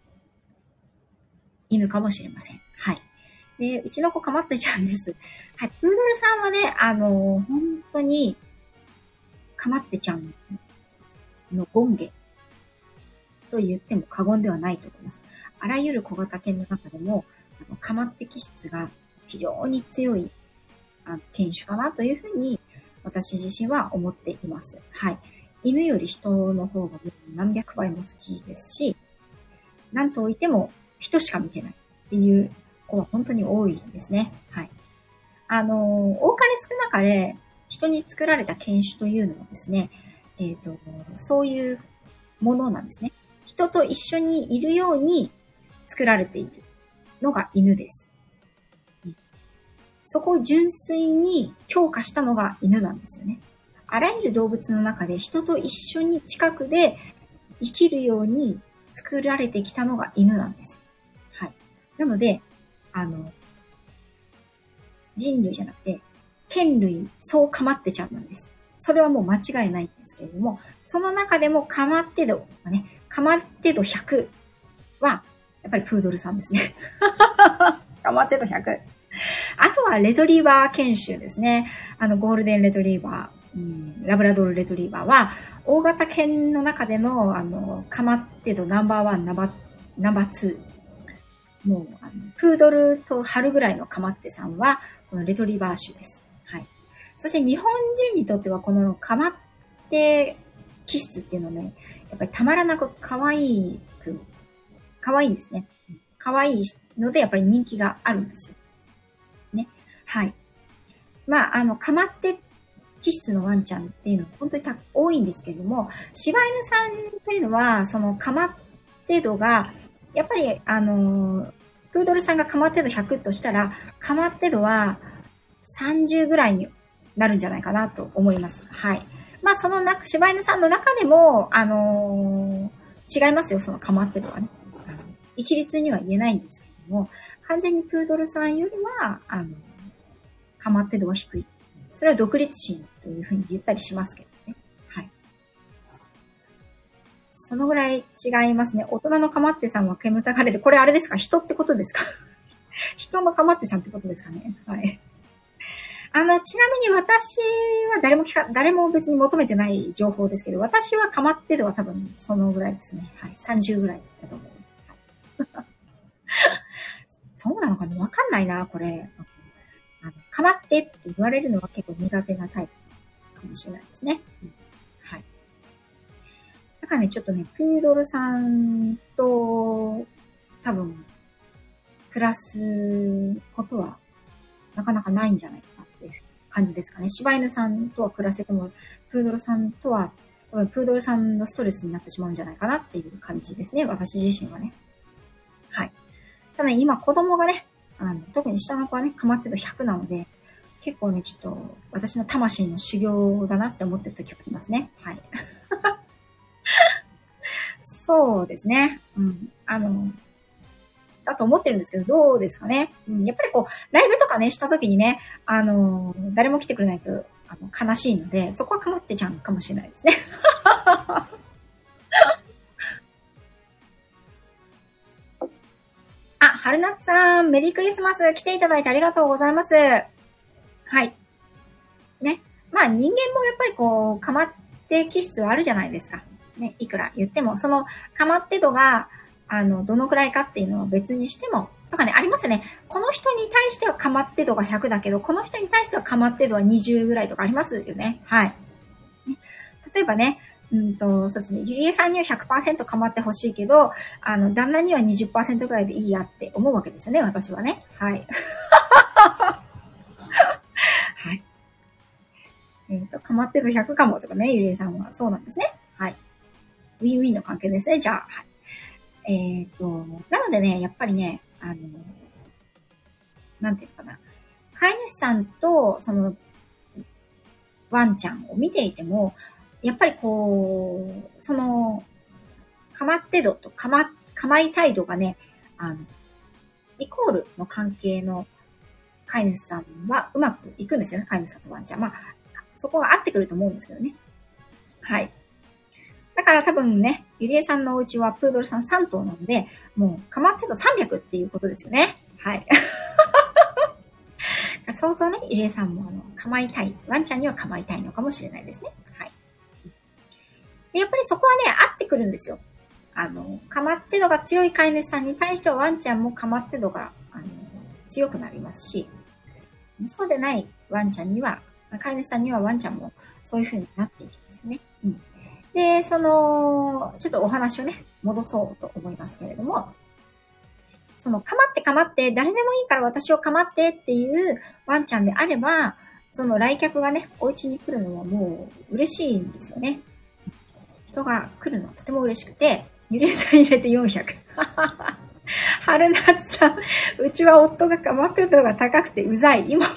犬かもしれません。はい。で、うちの子かまってちゃうんです。はい。プードルさんはね、あの、本当に、かまってちゃんの権下と言っても過言ではないと思います。あらゆる小型犬の中でも、あのかまって気質が非常に強いあの犬種かなというふうに私自身は思っています。はい。犬より人の方が何百倍も好きですし、なんといっても人しか見てないっていう子は本当に多いですね。はい。あの、多かれ少なかれ人に作られた犬種というのはですね、えっと、そういうものなんですね。人と一緒にいるように作られているのが犬です。そこを純粋に強化したのが犬なんですよね。あらゆる動物の中で人と一緒に近くで生きるように作られてきたのが犬なんですよ。はい。なので、あの、人類じゃなくて、犬類そうかまってちゃんなんです。それはもう間違いないんですけれども、その中でもかまって度がね、かまって度ひゃくは、やっぱりプードルさんですね。かまって度ひゃく。あとはレトリーバー犬種ですね。あの、ゴールデンレトリーバー、うん、ラブラドールレトリーバーは、大型犬の中での、あの、かまって度ナンバーワン、ナンバー、ナンバーツー。もう、あの、プードルと春ぐらいのかまってさんは、このレトリーバー種です。はい。そして日本人にとっては、このかまって気質っていうのはね、やっぱりたまらなく可愛く、可愛いんですね。可愛いので、やっぱり人気があるんですよ。ね。はい。まあ、あの、かまって気質のワンちゃんっていうのは本当に多いんですけれども、柴犬さんというのは、そのかまって度が、やっぱり、あの、プードルさんがかまって度ひゃくとしたら、かまって度はさんじゅうぐらいになるんじゃないかなと思います。はい。まあ、その中、柴犬さんの中でも、あのー、違いますよ、そのかまって度はね。一律には言えないんですけども、完全にプードルさんよりは、あの、かまって度は低い。それは独立心というふうに言ったりしますけどね。はい。そのぐらい違いますね。大人のかまってさんは煙たがれる。これあれですか？人ってことですか？人のかまってさんってことですかね。はい。あの、ちなみに私は誰も聞か、誰も別に求めてない情報ですけど、私はかまって度は多分そのぐらいですね。はい。さんじゅうぐらいだと思います。はい、そうなのかな？わかんないな、これ。あの、かまってって言われるのは結構苦手なタイプかもしれないですね。うん、はい。だからね、ちょっとね、プードルさんと多分、暮らすことはなかなかないんじゃないかなっていう感じですかね。柴犬さんとは暮らせても、プードルさんとは、多分プードルさんのストレスになってしまうんじゃないかなっていう感じですね。私自身はね。はい。ただね、今子供がね、あの、特に下の子はね、かまってるひゃくなので、結構ね、ちょっと、私の魂の修行だなって思ってる時はありますね。はい。そうですね。うん。あの、だと思ってるんですけど、どうですかね。うん。やっぱりこう、ライブとかね、した時にね、あの、誰も来てくれないと、あの、悲しいので、そこはかまってちゃうかもしれないですね。あ、春夏さん、メリークリスマス来ていただいてありがとうございます。はい。ね。まあ人間もこう、かまって気質はあるじゃないですか。ね、いくら言っても、そのかまって度が、あの、どのくらいかっていうのは別にしても、とかね、ありますよね。この人に対してはかまって度がひゃくだけど、この人に対してはかまって度はにじゅうぐらいとかありますよね。はい。ね、例えばね、うんと、そうですね。ゆりえさんには ひゃくパーセント かまってほしいけど、あの、旦那には にじゅっパーセント ぐらいでいいやって思うわけですよね、私はね。はい。はい。えっ、ー、と、かまって度ひゃくかもとかね、ゆりえさんは。そうなんですね。はい。ウィンウィンの関係ですね、じゃあ。はい、えっ、ー、と、なのでね、やっぱりね、あの、なんていうかな。飼い主さんと、その、ワンちゃんを見ていても、やっぱりこう、その、かまって度とかま、かまい態度がね、あの、イコールの関係の飼い主さんはうまくいくんですよね、飼い主さんとワンちゃん。まあ、そこが合ってくると思うんですけどね。はい。だから多分ね、ゆりえさんのお家はプードルさんさん頭なので、もうかまって度さんびゃくっていうことですよね。はい。相当ね、ゆりえさんもあの、構いたい。ワンちゃんには構いたいのかもしれないですね。はい。でやっぱりそこはね、合ってくるんですよ。あの、構って度が強い飼い主さんに対してはワンちゃんも構って度が、あの、強くなりますし、そうでないワンちゃんには、飼い主さんにはワンちゃんもそういう風になっていきますよね。うん。で、その、ちょっとお話をね、戻そうと思いますけれども、その、かまってかまって、誰でもいいから私をかまってっていうワンちゃんであれば、その来客がね、お家に来るのはもう嬉しいんですよね。人が来るのはとても嬉しくて、ゆりえさん入れてよんひゃく。春夏さん、うちは夫がかまってるのが高くてうざい。今も。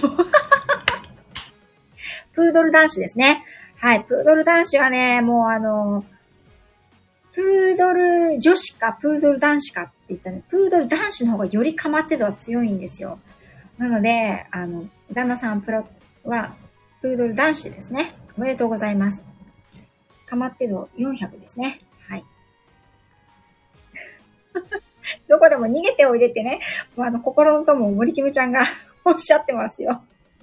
プードル男子ですね。はい、プードル男子はね、もうあの、プードル女子かプードル男子かって言ったね、プードル男子の方がよりかまって度は強いんですよ。なので、あの、旦那さんプロは、プードル男子ですね。おめでとうございます。かまって度よんひゃくですね。はい。どこでも逃げておいでってね、もうあの、心の友森キムちゃんがおっしゃってますよ。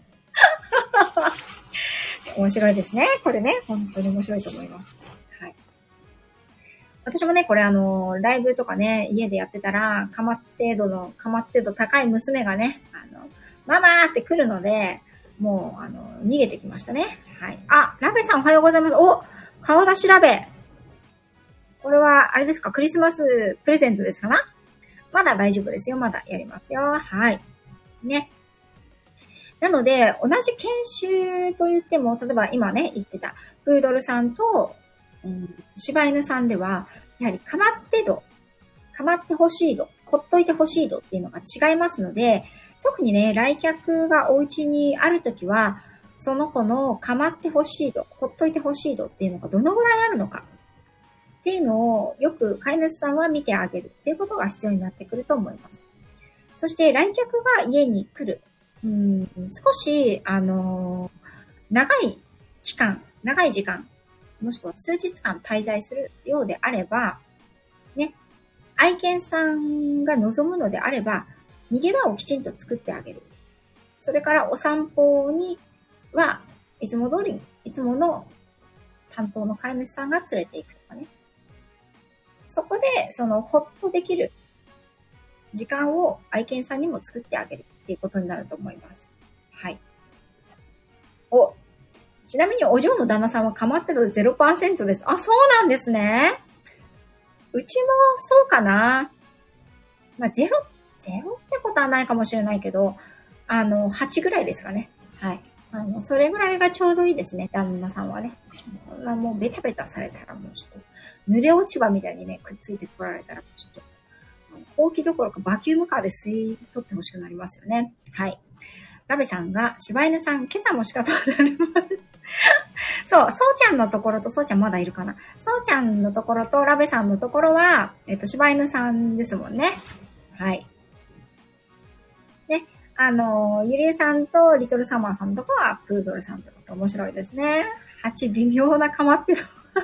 面白いですね。これね、本当に面白いと思います。はい。私もね、これあの、ライブとかね、家でやってたら、かまって度の、かまって度高い娘がね、あの、ママーって来るので、もう、あの、逃げてきましたね。はい。あ、ラベさんおはようございます。お、顔出しラベ。これは、あれですか、クリスマスプレゼントですかな？まだ大丈夫ですよ。まだやりますよ。はい。ね。なので、同じ研修と言っても、例えば今ね、言ってた、プードルさんと、うん、柴犬さんでは、やはりかまって度、かまってほしい度、ほっといてほしい度っていうのが違いますので、特にね、来客がお家にあるときは、その子のかまってほしい度、ほっといてほしい度っていうのがどのぐらいあるのかっていうのをよく飼い主さんは見てあげるっていうことが必要になってくると思います。そして来客が家に来る。うん、少し、あのー、長い期間、長い時間、もしくは数日間滞在するようであれば、ね、愛犬さんが望むのであれば、逃げ場をきちんと作ってあげる。それからお散歩には、いつも通り、いつもの担当の飼い主さんが連れて行くとかね。そこで、その、ほっとできる時間を愛犬さんにも作ってあげるっていうことになると思います。はい。お、ちなみにお嬢の旦那さんはかまって度 ゼロパーセント です。あ、そうなんですね。うちもそうかな。まあ、ゼロ、ゼロってことはないかもしれないけど、あの、はちぐらいですかね。はい。あの、それぐらいがちょうどいいですね、旦那さんはね。そんなもうベタベタされたらもうちょっと、濡れ落ち葉みたいにね、くっついてこられたら、ちょっと、ほうきどころかバキュームカーで吸い取ってほしくなりますよね。はい。ラベさんが、柴犬さん、今朝も仕方なります。そう、そうちゃんのところと、そうちゃんまだいるかな。そうちゃんのところと、ラベさんのところは、えっと、柴犬さんですもんね。はい。ね。あの、ゆりえさんとリトルサマーさんのところは、プードルさんとか面白いですね。はち、微妙なかまってる。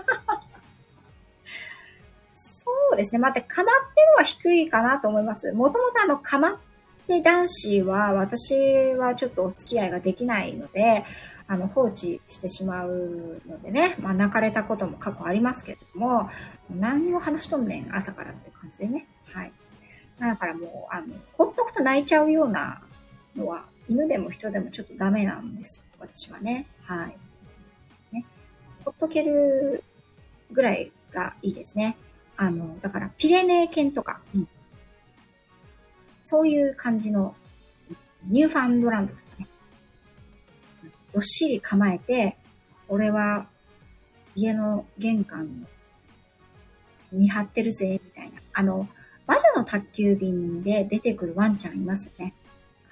そうですね。また、かまってるは低いかなと思います。もともとあの、かまって男子は、私はちょっとお付き合いができないので、 あの、放置してしまうのでね、まあ、泣かれたことも過去ありますけれども、何を話しとんねん、朝からっていう感じでね。はい。だからもう、あの、ほっとくと泣いちゃうようなのは、犬でも人でもちょっとダメなんですよ、私はね。はい。ね。ほっとけるぐらいがいいですね。あの、だから、ピレネー犬とか、うん、そういう感じの、ニューファンドランドとかね、どっしり構えて、俺は家の玄関見張ってるぜ、みたいな。あの、魔女の宅急便で出てくるワンちゃんいますよね。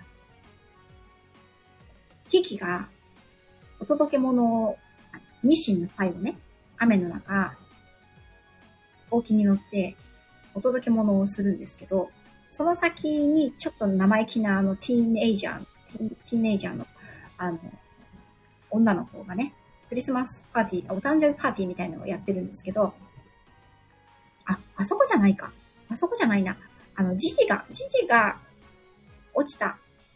キキがお届け物を、ニシンのパイをね、雨の中、ほうきに乗ってお届け物をするんですけど、その先にちょっと生意気なあのティーンエイジャー、ティーンエイジャーのあの、女の子がね、クリスマスパーティー、お誕生日パーティーみたいなのをやってるんですけど、あ、あそこじゃないか。あそこじゃないな。あの、ジジが、ジジが落ちた。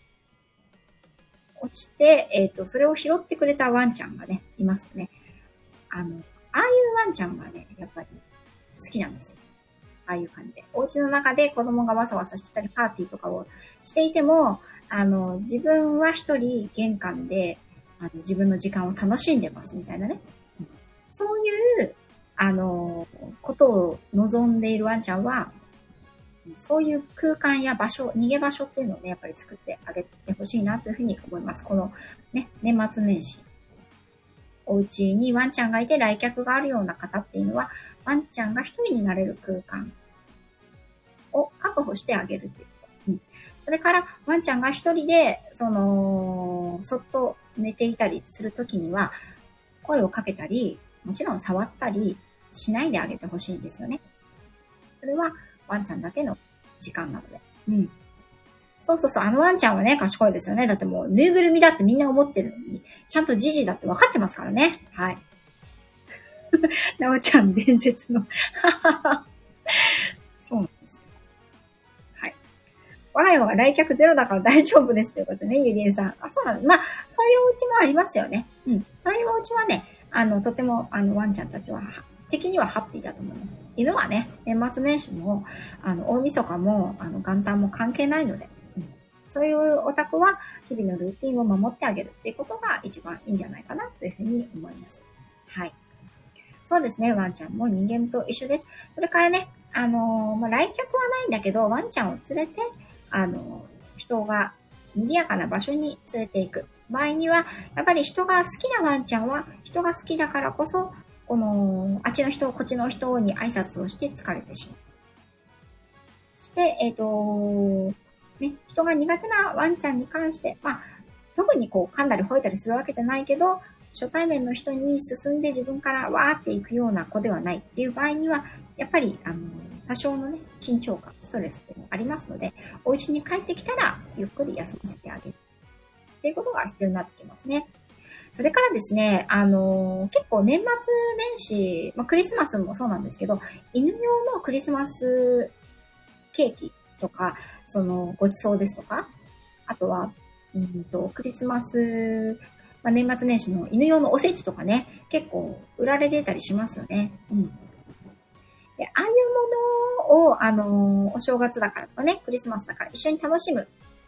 落ちて、えっと、それを拾ってくれたワンちゃんがね、いますよね。あの、ああいうワンちゃんがね、やっぱり好きなんですよ。ああいう感じで。お家の中で子供がわさわさしてたり、パーティーとかをしていても、あの、自分は一人玄関で、あの自分の時間を楽しんでますみたいなね。そういう、あの、ことを望んでいるワンちゃんは、そういう空間や場所、逃げ場所っていうのをね、やっぱり作ってあげてほしいなというふうに思います。このね、年末年始。お家にワンちゃんがいて来客があるような方っていうのは、ワンちゃんが一人になれる空間を確保してあげるっていうこと。うん、それから、ワンちゃんが一人で、その、そっと寝ていたりするときには、声をかけたり、もちろん触ったりしないであげてほしいんですよね。それは、ワンちゃんだけの時間なので。うん。そうそうそう、あのワンちゃんはね、賢いですよね。だってもう、ぬいぐるみだってみんな思ってるのに、ちゃんとジジだって分かってますからね。はい。なおちゃん伝説の。そうなんですよ。はい。我が家は来客ゼロだから大丈夫ですということでね、ゆりえさん。あ、そうなんです。まあ、そういうお家もありますよね。うん。そういうお家はね、あの、とても、あの、ワンちゃんたちは、的にはハッピーだと思います。犬はね、年末年始も、あの、大晦日も、あの、元旦も関係ないので、うん、そういうお宅は、日々のルーティンを守ってあげるっていうことが一番いいんじゃないかなというふうに思います。はい。そうですね、ワンちゃんも人間と一緒です。それからね、あのー、まあ、来客はないんだけど、ワンちゃんを連れて、あのー、人が賑やかな場所に連れて行く場合には、やっぱり人が好きなワンちゃんは、人が好きだからこそ、この、あっちの人、こっちの人に挨拶をして疲れてしまう。そして、えっと、ね、人が苦手なワンちゃんに関して、まあ、特にこう噛んだり吠えたりするわけじゃないけど、初対面の人に進んで自分からわーっていくような子ではないっていう場合には、やっぱり、あの、多少のね、緊張感、ストレスっていうのがありますので、お家に帰ってきたら、ゆっくり休ませてあげるっていうことが必要になってきますね。それからですね、あの、結構年末年始、まあ、クリスマスもそうなんですけど、犬用のクリスマスケーキとか、その、ごちそうですとか、あとは、うんと、クリスマス、まあ、年末年始の犬用のおせちとかね、結構売られてたりしますよね。うん。で、ああいうものを、あのー、お正月だからとかね、クリスマスだから一緒に楽しむ。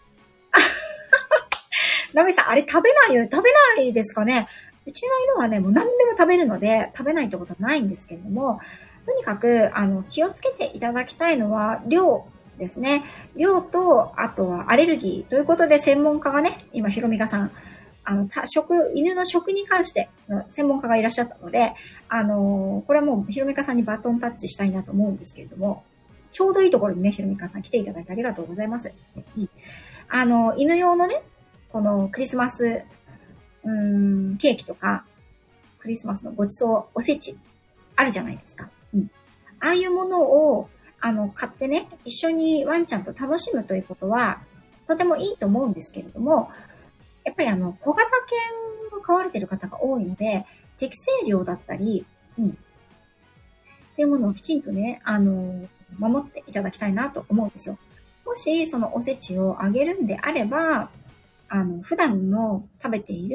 ラメさん、あれ食べないよね。食べないですかね。うちの犬はね、もう何でも食べるので、食べないってことはないんですけれども、とにかく、あの、気をつけていただきたいのは、量ですね。量と、あとはアレルギーということで、専門家がね、今、ひろみかさん、あの、食、犬の食に関して専門家がいらっしゃったので、あの、これはもうひろみかさんにバトンタッチしたいなと思うんですけれども、ちょうどいいところにね、ひろみかさん来ていただいてありがとうございます。うん、あの、犬用のね、このクリスマス、うーん、ケーキとか、クリスマスのごちそう、おせち、あるじゃないですか。うん。ああいうものを、あの、買ってね、一緒にワンちゃんと楽しむということは、とてもいいと思うんですけれども、やっぱりあの、小型犬を飼われている方が多いので、適正量だったり、うん。っていうものをきちんとね、あの、守っていただきたいなと思うんですよ。もし、そのおせちをあげるんであれば、あの、普段の食べている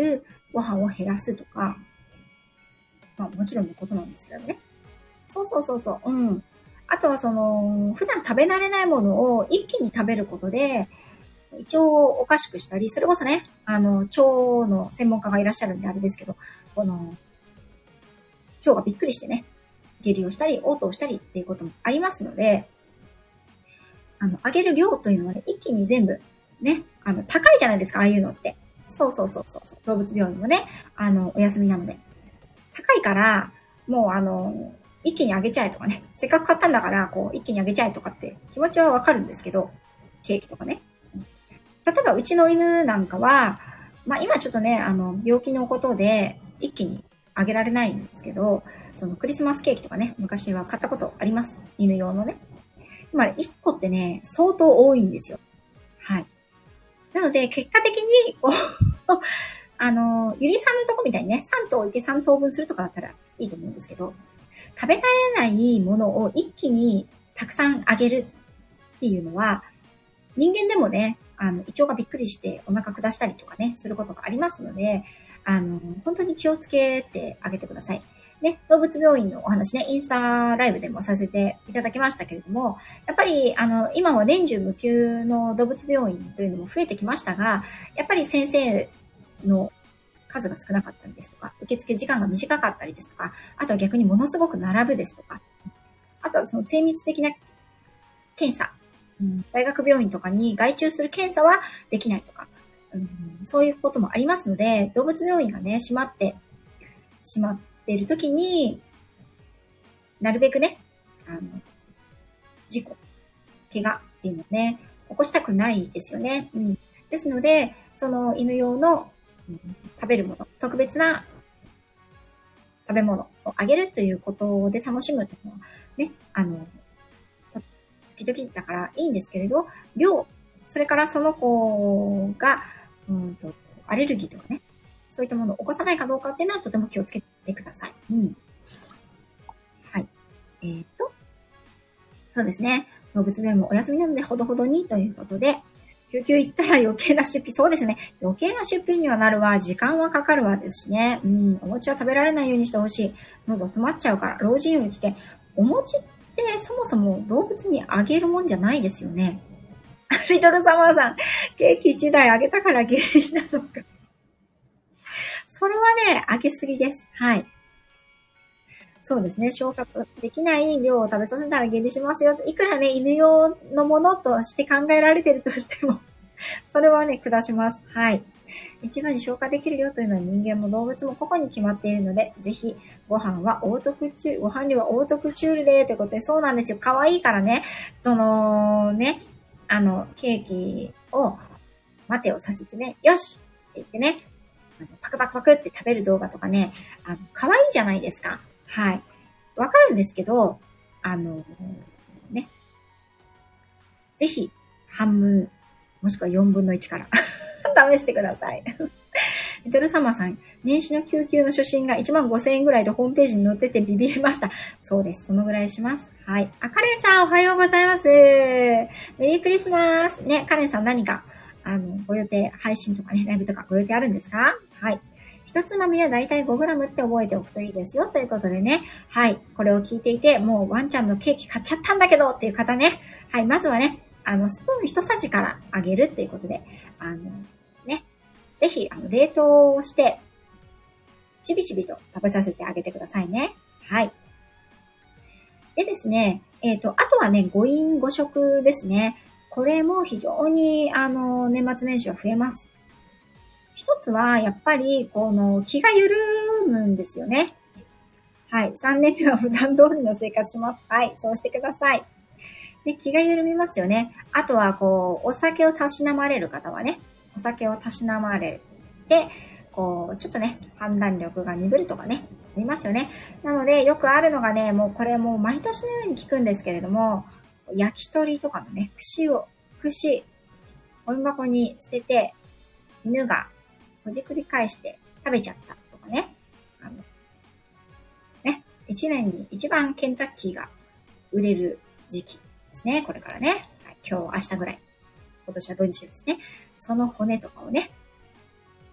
ご飯を減らすとか、まあもちろんのことなんですけどね。そうそうそうそう。うん。あとはその、普段食べ慣れないものを一気に食べることで、胃腸をおかしくしたり、それこそね、あの、腸の専門家がいらっしゃるんであれですけど、この、腸がびっくりしてね、下痢をしたり、嘔吐をしたりっていうこともありますので、あの、あげる量というのはね、一気に全部、ね、あの、高いじゃないですか、ああいうのって。そうそうそうそう。動物病院もね、あの、お休みなので。高いから、もうあの、一気にあげちゃえとかね、せっかく買ったんだから、こう、一気にあげちゃえとかって気持ちはわかるんですけど、ケーキとかね。例えば、うちの犬なんかは、まあ今ちょっとね、あの、病気のことで、一気にあげられないんですけど、そのクリスマスケーキとかね、昔は買ったことあります。犬用のね。今、いっこってね、相当多いんですよ。はい。なので、結果的に、こうあの、ゆりさんのとこみたいにね、さん頭置いてさん等分するとかだったらいいと思うんですけど、食べられないものを一気にたくさんあげるっていうのは、人間でもね、あの、胃腸がびっくりしてお腹下したりとかね、することがありますので、あの、本当に気をつけてあげてください。ね、動物病院のお話ね、インスタライブでもさせていただきましたけれども、やっぱり、あの、今は年中無休の動物病院というのも増えてきましたが、やっぱり先生の数が少なかったりですとか、受付時間が短かったりですとか、あとは逆にものすごく並ぶですとか、あとはその精密的な検査、うん、大学病院とかに外注する検査はできないとか、うん、そういうこともありますので、動物病院がね、閉まってしまっているときに、なるべくね、あの、事故、怪我っていうのをね、起こしたくないですよね。うん、ですので、その犬用の、うん、食べるもの、特別な食べ物をあげるということで楽しむというのはね、あの、時々だからいいんですけれど、量、それからその子が、うんと、アレルギーとかね、そういったものを起こさないかどうかっていうのはとても気をつけてください。うん。はい。えー、っと、そうですね。動物病院もお休みなのでほどほどにということで、救急行ったら余計な出費、そうですね。余計な出費にはなるわ、時間はかかるわですしね。うん、お餅は食べられないようにしてほしい。喉詰まっちゃうから、老人より危険。お餅ってそもそも動物にあげるもんじゃないですよね。リトルサマーさん、ケーキいちだいあげたから下痢したのか。それはね、あげすぎです。はい。そうですね。消化できない量を食べさせたら下痢しますよ。いくらね、犬用のものとして考えられているとしても、それはね、下します。はい。一度に消化できる量というのは人間も動物も個々に決まっているので、ぜひ、ご飯はオートクチュール、ご飯量はオートクチュールで、ということで、そうなんですよ。可愛いからね、その、ね、あの、ケーキを、待てをさせてね、よしって言ってね、パクパクパクって食べる動画とかね、あの、可愛いじゃないですか。はい。わかるんですけど、あの、ね。ぜひ、半分、もしくはよんぶんのいちから試してください。リトルサマーさん、年始の救急の初診がいちまんごせんえんぐらいでホームページに載っててビビりました。そうです。そのぐらいします。はい。あ、カレンさん、おはようございます。メリークリスマス。ね、カレンさん何か、あの、ご予定、配信とかね、ライブとかご予定あるんですか？はい。一つまみはだいたい ごグラム って覚えておくといいですよ。ということでね。はい。これを聞いていて、もうワンちゃんのケーキ買っちゃったんだけどっていう方ね。はい。まずはね、あの、スプーン一さじからあげるっていうことで、あの、ね。ぜひ、あの、冷凍をして、ちびちびと食べさせてあげてくださいね。はい。でですね、えっと、あとはね、誤飲誤食ですね。これも非常に、あの、年末年始は増えます。一つは、やっぱり、この、気が緩むんですよね。はい。さんねんめは普段通りの生活します。はい。そうしてください。で、気が緩みますよね。あとは、こう、お酒をたしなまれる方はね、お酒をたしなまれて、こう、ちょっとね、判断力が鈍るとかね、ありますよね。なので、よくあるのがね、もうこれもう毎年のように聞くんですけれども、焼き鳥とかのね、串を、串、ゴミ箱に捨てて、犬がほじくり返して食べちゃったとかね。あの、ね、一年に一番ケンタッキーが売れる時期ですね。これからね。はい、今日、明日ぐらい。今年は土日ですね。その骨とかをね、あの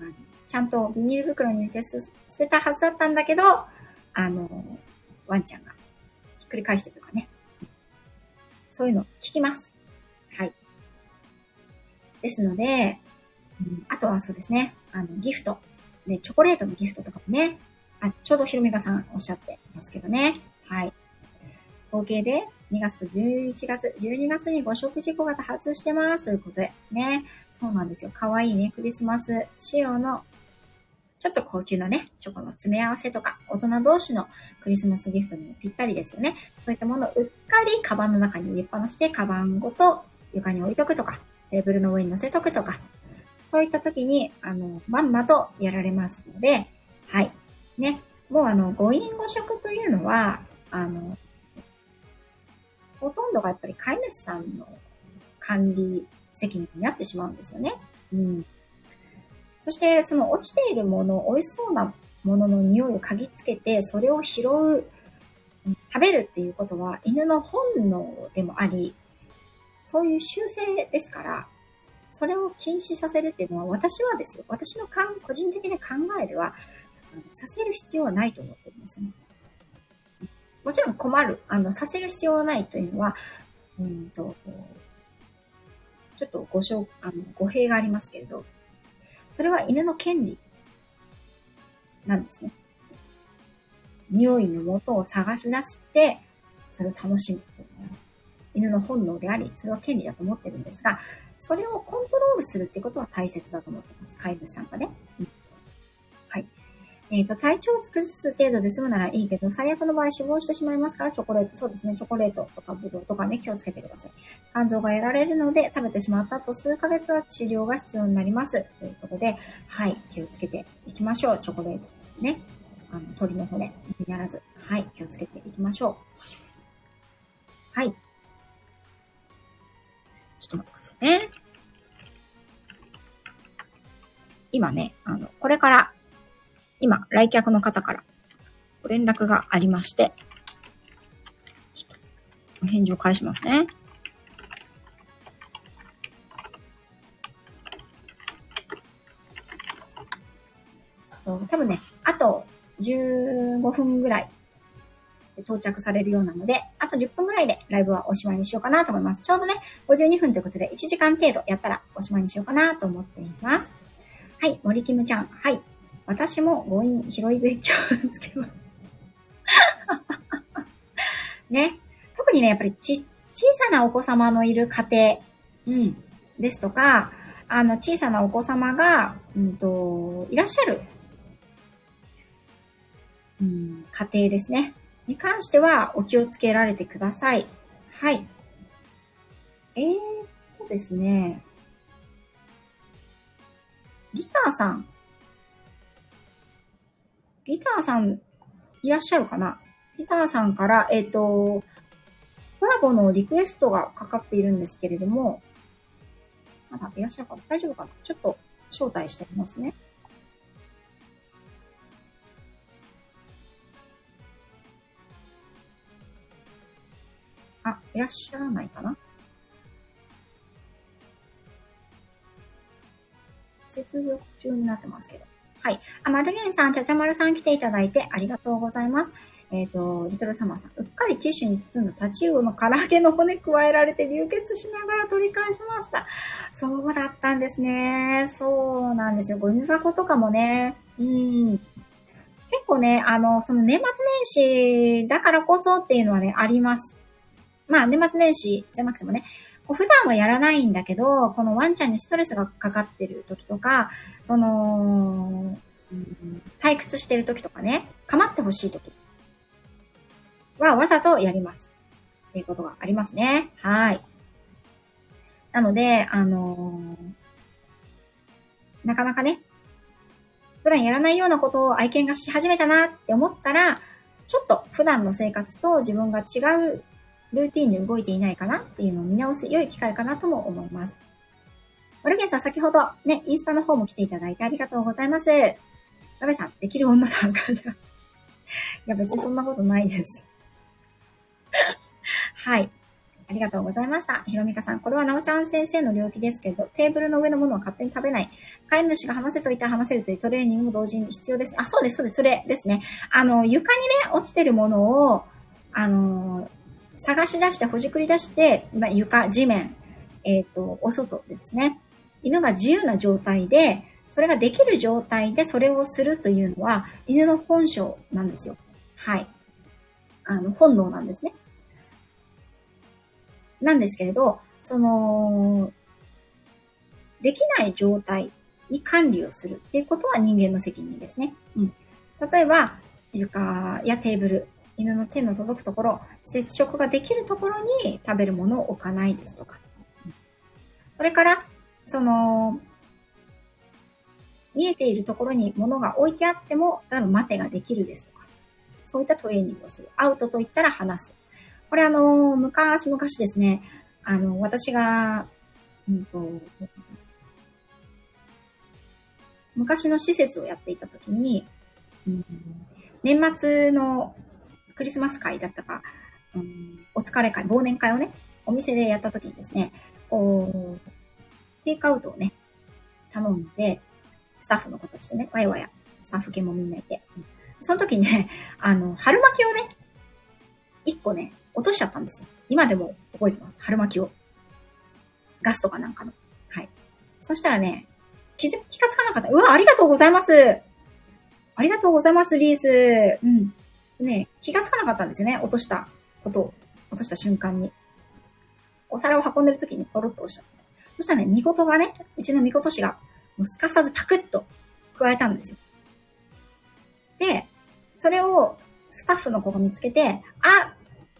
ちゃんとビニール袋に入れて捨てたはずだったんだけど、あの、ワンちゃんがひっくり返してるとかね。そういうの聞きます。はい。ですので、うん、あとはそうですね、あの、ギフト。ね、チョコレートのギフトとかもね、あ、ちょうどひろみがさんおっしゃってますけどね。はい。合計でにがつとじゅういちがつ、じゅうにがつにご食事後が多発してますということでね。そうなんですよ。かわいいね、クリスマス仕様のちょっと高級なね、チョコの詰め合わせとか、大人同士のクリスマスギフトにもぴったりですよね。そういったものをうっかりカバンの中に入れっぱなしで、カバンごと床に置いとくとか、テーブルの上に乗せとくとか、そういった時に、あの、まんまとやられますので、はい。ね。もうあの、ご飲ご食というのは、あの、ほとんどがやっぱり飼い主さんの管理責任になってしまうんですよね。うん。そして、その落ちているもの、美味しそうなものの匂いを嗅ぎつけて、それを拾う、食べるっていうことは、犬の本能でもあり、そういう習性ですから、それを禁止させるっていうのは、私はですよ、私の個人的な考えでは、させる必要はないと思ってるんですよね。もちろん困る。あの、させる必要はないというのは、うんと、ちょっとごしょあの語弊がありますけれど、それは犬の権利なんですね。匂いの元を探し出して、それを楽しむというのは、犬の本能であり、それは権利だと思ってるんですが、それをコントロールするっていうことは大切だと思ってます。飼い主さんがね。うん、はい。えっと、体調を崩す程度で済むならいいけど、最悪の場合死亡してしまいますから、チョコレート、そうですね、チョコレートとかブドウとかね、気をつけてください。肝臓がやられるので、食べてしまった後、数ヶ月は治療が必要になります。ということで、はい、気をつけていきましょう。チョコレート。ね。あの、鳥の骨にならず、はい、気をつけていきましょう。はい。ちょっと待ってくださいね。今ね、あの、これから、今、来客の方からご連絡がありまして、ちょっとお返事を返しますね。多分ね、あとじゅうごふんぐらいで到着されるようなので、あとじゅっぷんぐらいでライブはおしまいにしようかなと思います。ちょうどね、ごじゅうにふんということでいちじかん程度やったらおしまいにしようかなと思っています。はい、森キムちゃん。はい。私も誤飲拾い勉強をつけます。ね。特にね、やっぱりち、小さなお子様のいる家庭、うん、ですとか、あの、小さなお子様が、うんと、いらっしゃる、うん、家庭ですね。に関してはお気をつけられてください。はい。えーっとですね。ギターさん。ギターさん、いらっしゃるかな？ギターさんから、えーっと、コラボのリクエストがかかっているんですけれども、まだいらっしゃるかな？大丈夫かな？ちょっと招待してみますね。あ、いらっしゃらないかな？接続中になってますけど。はい。あ、マルゲンさん、ちゃちゃまるさん来ていただいてありがとうございます。えっと、リトルサマーさん、うっかりティッシュに包んだタチウオの唐揚げの骨加えられて流血しながら取り返しました。そうだったんですね。そうなんですよ。ゴミ箱とかもね。うん。結構ね、あの、その年末年始だからこそっていうのはね、あります。まあ、年末年始じゃなくてもね、こう普段はやらないんだけど、このワンちゃんにストレスがかかってる時とか、その、うん、退屈してる時とかね、構ってほしい時はわざとやります。っていうことがありますね。はい。なので、あのー、なかなかね、普段やらないようなことを愛犬がし始めたなって思ったら、ちょっと普段の生活と自分が違うルーティンで動いていないかなっていうのを見直す良い機会かなとも思います。マルゲンさん、先ほどね、インスタの方も来ていただいてありがとうございます。ラベさん、できる女なんかじゃ。いや、別にそんなことないです。はい。 ありがとうございました。ひろみかさん、これはなおちゃん先生の領域ですけど、テーブルの上のものは勝手に食べない。飼い主が話せと言ったら話せるというトレーニングも同時に必要です。あ、そうです、そうです、それですね。あの、床にね、落ちてるものを、あの、探し出して、ほじくり出して、今、床、地面、えっと、お外でですね。犬が自由な状態で、それができる状態でそれをするというのは、犬の本性なんですよ。はい。あの、本能なんですね。なんですけれど、その、できない状態に管理をするっていうことは人間の責任ですね。うん。例えば、床やテーブル、犬の手の届くところ、接触ができるところに食べるものを置かないですとか。それから、その、見えているところに物が置いてあっても、例えば待てができるですとか。そういったトレーニングをする。アウトと言ったら話す。これあの、昔々ですね、あの、私が、うんと、昔の施設をやっていたときに、うん、年末のクリスマス会だったか、うん、お疲れ会、忘年会をね、お店でやったときにですね、こう、テイクアウトをね、頼んで、スタッフの子たちとね、わやわや、スタッフ系もみんないて、うん、その時にね、あの、春巻きをね、一個ね、落としちゃったんですよ。今でも覚えてます。春巻きを。ガスとかなんかの。はい。そしたらね、気づ、気がつかなかった。うわ、ありがとうございます。ありがとうございます、リース。うん。ね、気がつかなかったんですよね。落としたことを。落とした瞬間に。お皿を運んでる時にポロッと落ちちゃった。そしたらね、みことがね、うちのみことしが、もうすかさずパクッと加えたんですよ。で、それをスタッフの子が見つけて、あ、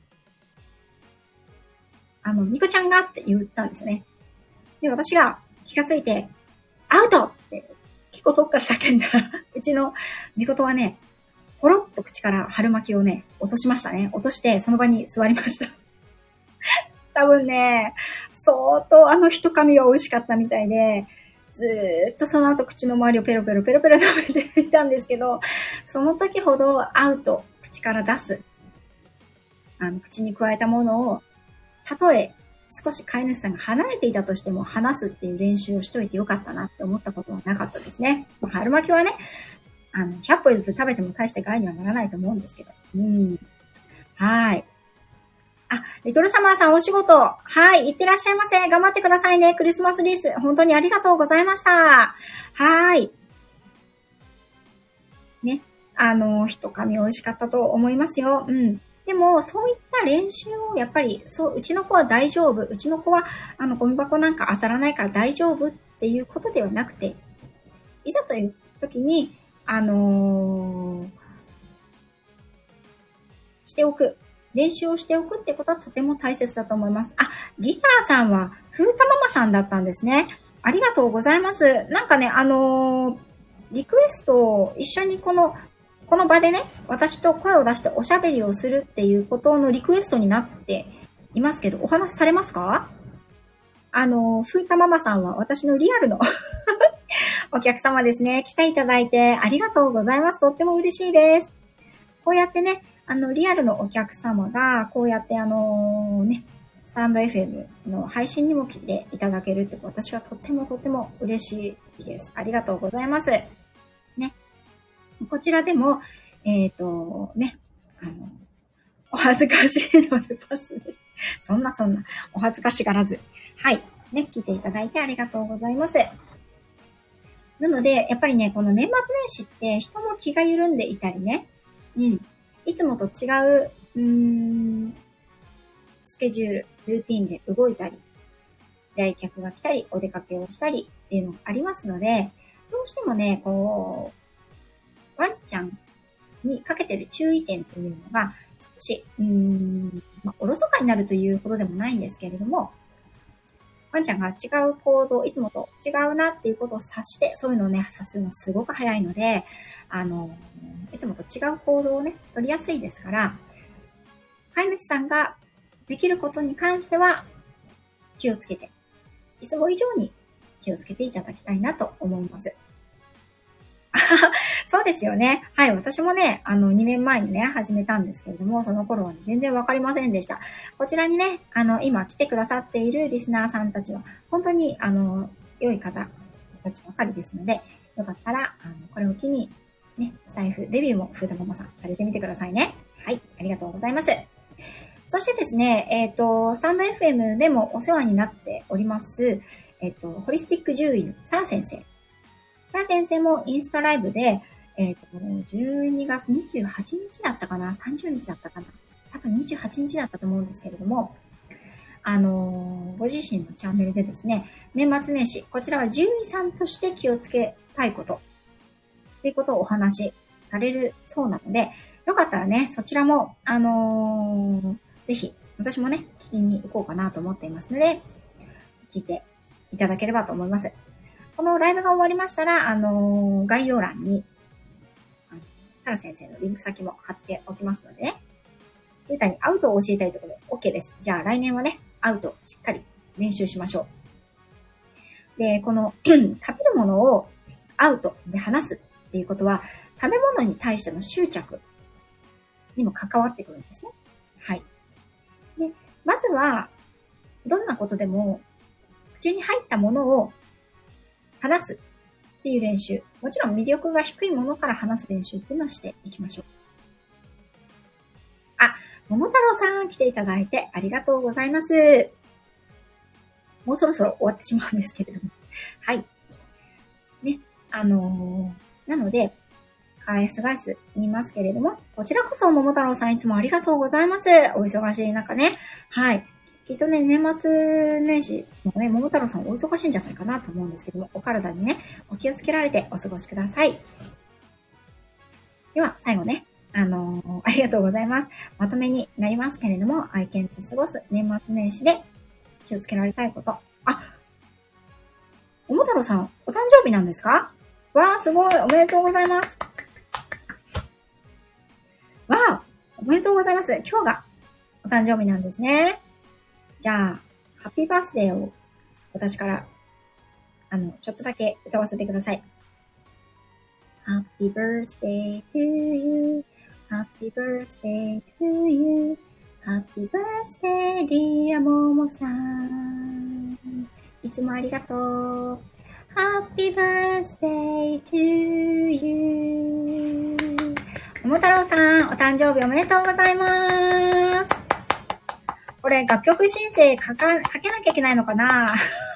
あの、みこちゃんがって言ったんですよね。で、私が気がついて、アウトって結構遠くから叫んだうちのみことはね、ポロッと口から春巻きをね、落としましたね。落としてその場に座りました。多分ね、相当あの一噛みは美味しかったみたいで、ずーっとその後口の周りをペロペロペロペロ舐めていたんですけど、その時ほどアウト、口から出す、あの、口に加えたものを、たとえ少し飼い主さんが離れていたとしても話すっていう練習をしといてよかったなって思ったことはなかったですね。まあ、春巻きはね、あの、ひゃっぽ譲って食べても大して害にはならないと思うんですけど。うん。はい。あ、リトルサマーさんお仕事。はい。行ってらっしゃいませ。頑張ってくださいね。クリスマスリース。本当にありがとうございました。はい。ね。あの、一噛み美味しかったと思いますよ。うん。でも、そういった練習を、やっぱり、そう、うちの子は大丈夫。うちの子は、あの、ゴミ箱なんか漁らないから大丈夫っていうことではなくて、いざという時に、あのー、しておく。練習をしておくってことはとても大切だと思います。あ、ギターさんは、ふうたママさんだったんですね。ありがとうございます。なんかね、あのー、リクエストを一緒にこの、この場でね、私と声を出しておしゃべりをするっていうことのリクエストになっていますけど、お話しされますか？あの、ふうたママさんは私のリアルのお客様ですね。来ていただいてありがとうございます。とっても嬉しいです。こうやってね、あの、リアルのお客様が、こうやってあのね、スタンド エフエム の配信にも来ていただけるって、私はとってもとっても嬉しいです。ありがとうございます。ね。こちらでも、えっと、ね、あの、お恥ずかしいのでパスです。そんなそんな、お恥ずかしがらず。はい。ね、来ていただいてありがとうございます。なので、やっぱりね、この年末年始って人も気が緩んでいたりね、うん。いつもと違う、うーん、スケジュール、ルーティンで動いたり、来客が来たり、お出かけをしたりっていうのがありますので、どうしてもね、こう、ワンちゃんにかけてる注意点というのが、少し、うーん、まあ、おろそかになるということでもないんですけれども、ワンちゃんが違う行動、いつもと違うなっていうことを察して、そういうのをね、察するのすごく早いので、あの、いつもと違う行動をね、取りやすいですから、飼い主さんができることに関しては気をつけて、いつも以上に気をつけていただきたいなと思います。 そうですよね。はい。私もね、あの、にねんまえにね、始めたんですけれども、その頃は、ね、全然わかりませんでした。こちらにね、あの、今来てくださっているリスナーさんたちは、本当に、あの、良い方たちばかりですので、よかったら、あの、これを機に、ね、スタイフデビューも、ふうたももさん、されてみてくださいね。はい。ありがとうございます。そしてですね、えっと、スタンド エフエム でもお世話になっております、えっと、ホリスティック獣医のサラ先生。サラ先生もインスタライブで、えっと、じゅうにがつにじゅうはちにちだったかな ?さんじゅうにちだったかな多分にじゅうはちにちだったと思うんですけれども、あのー、ご自身のチャンネルでですね、年末年始、こちらは獣医さんとして気をつけたいこと、ということをお話しされるそうなので、よかったらね、そちらも、あのー、ぜひ、私もね、聞きに行こうかなと思っていますので、聞いていただければと思います。このライブが終わりましたら、あのー、概要欄に、あのサラ先生のリンク先も貼っておきますのでね、ゆうたにアウトを教えたいということで OK です。じゃあ来年はね、アウトしっかり練習しましょう。で、この食べるものをアウトで話すっていうことは、食べ物に対しての執着にも関わってくるんですね。はい。で、まずは、どんなことでも、口に入ったものを話すっていう練習。もちろん魅力が低いものから話す練習っていうのをしていきましょう。あ、桃太郎さん来ていただいてありがとうございます。もうそろそろ終わってしまうんですけれども。はい。ね、あのー、なので、返す返す言いますけれども、こちらこそ桃太郎さんいつもありがとうございます。お忙しい中ね。はい。きっとね、年末年始もね、桃太郎さんお忙しいんじゃないかなと思うんですけども、お体にね、お気をつけられてお過ごしください。では、最後ね、あのー、ありがとうございます。まとめになりますけれども、愛犬と過ごす年末年始で気をつけられたいこと。あ、桃太郎さん、お誕生日なんですか？わー、すごい。おめでとうございます。わー、おめでとうございます。今日がお誕生日なんですね。じゃあ、ハッピーバースデーを私から、あの、ちょっとだけ歌わせてください。Happy birthday to you.Happy birthday to you.Happy birthday, dear ももさん。いつもありがとう。Happy birthday to you. 桃太郎さん、お誕生日おめでとうございます。これ、楽曲申請書か、書けなきゃいけないのかな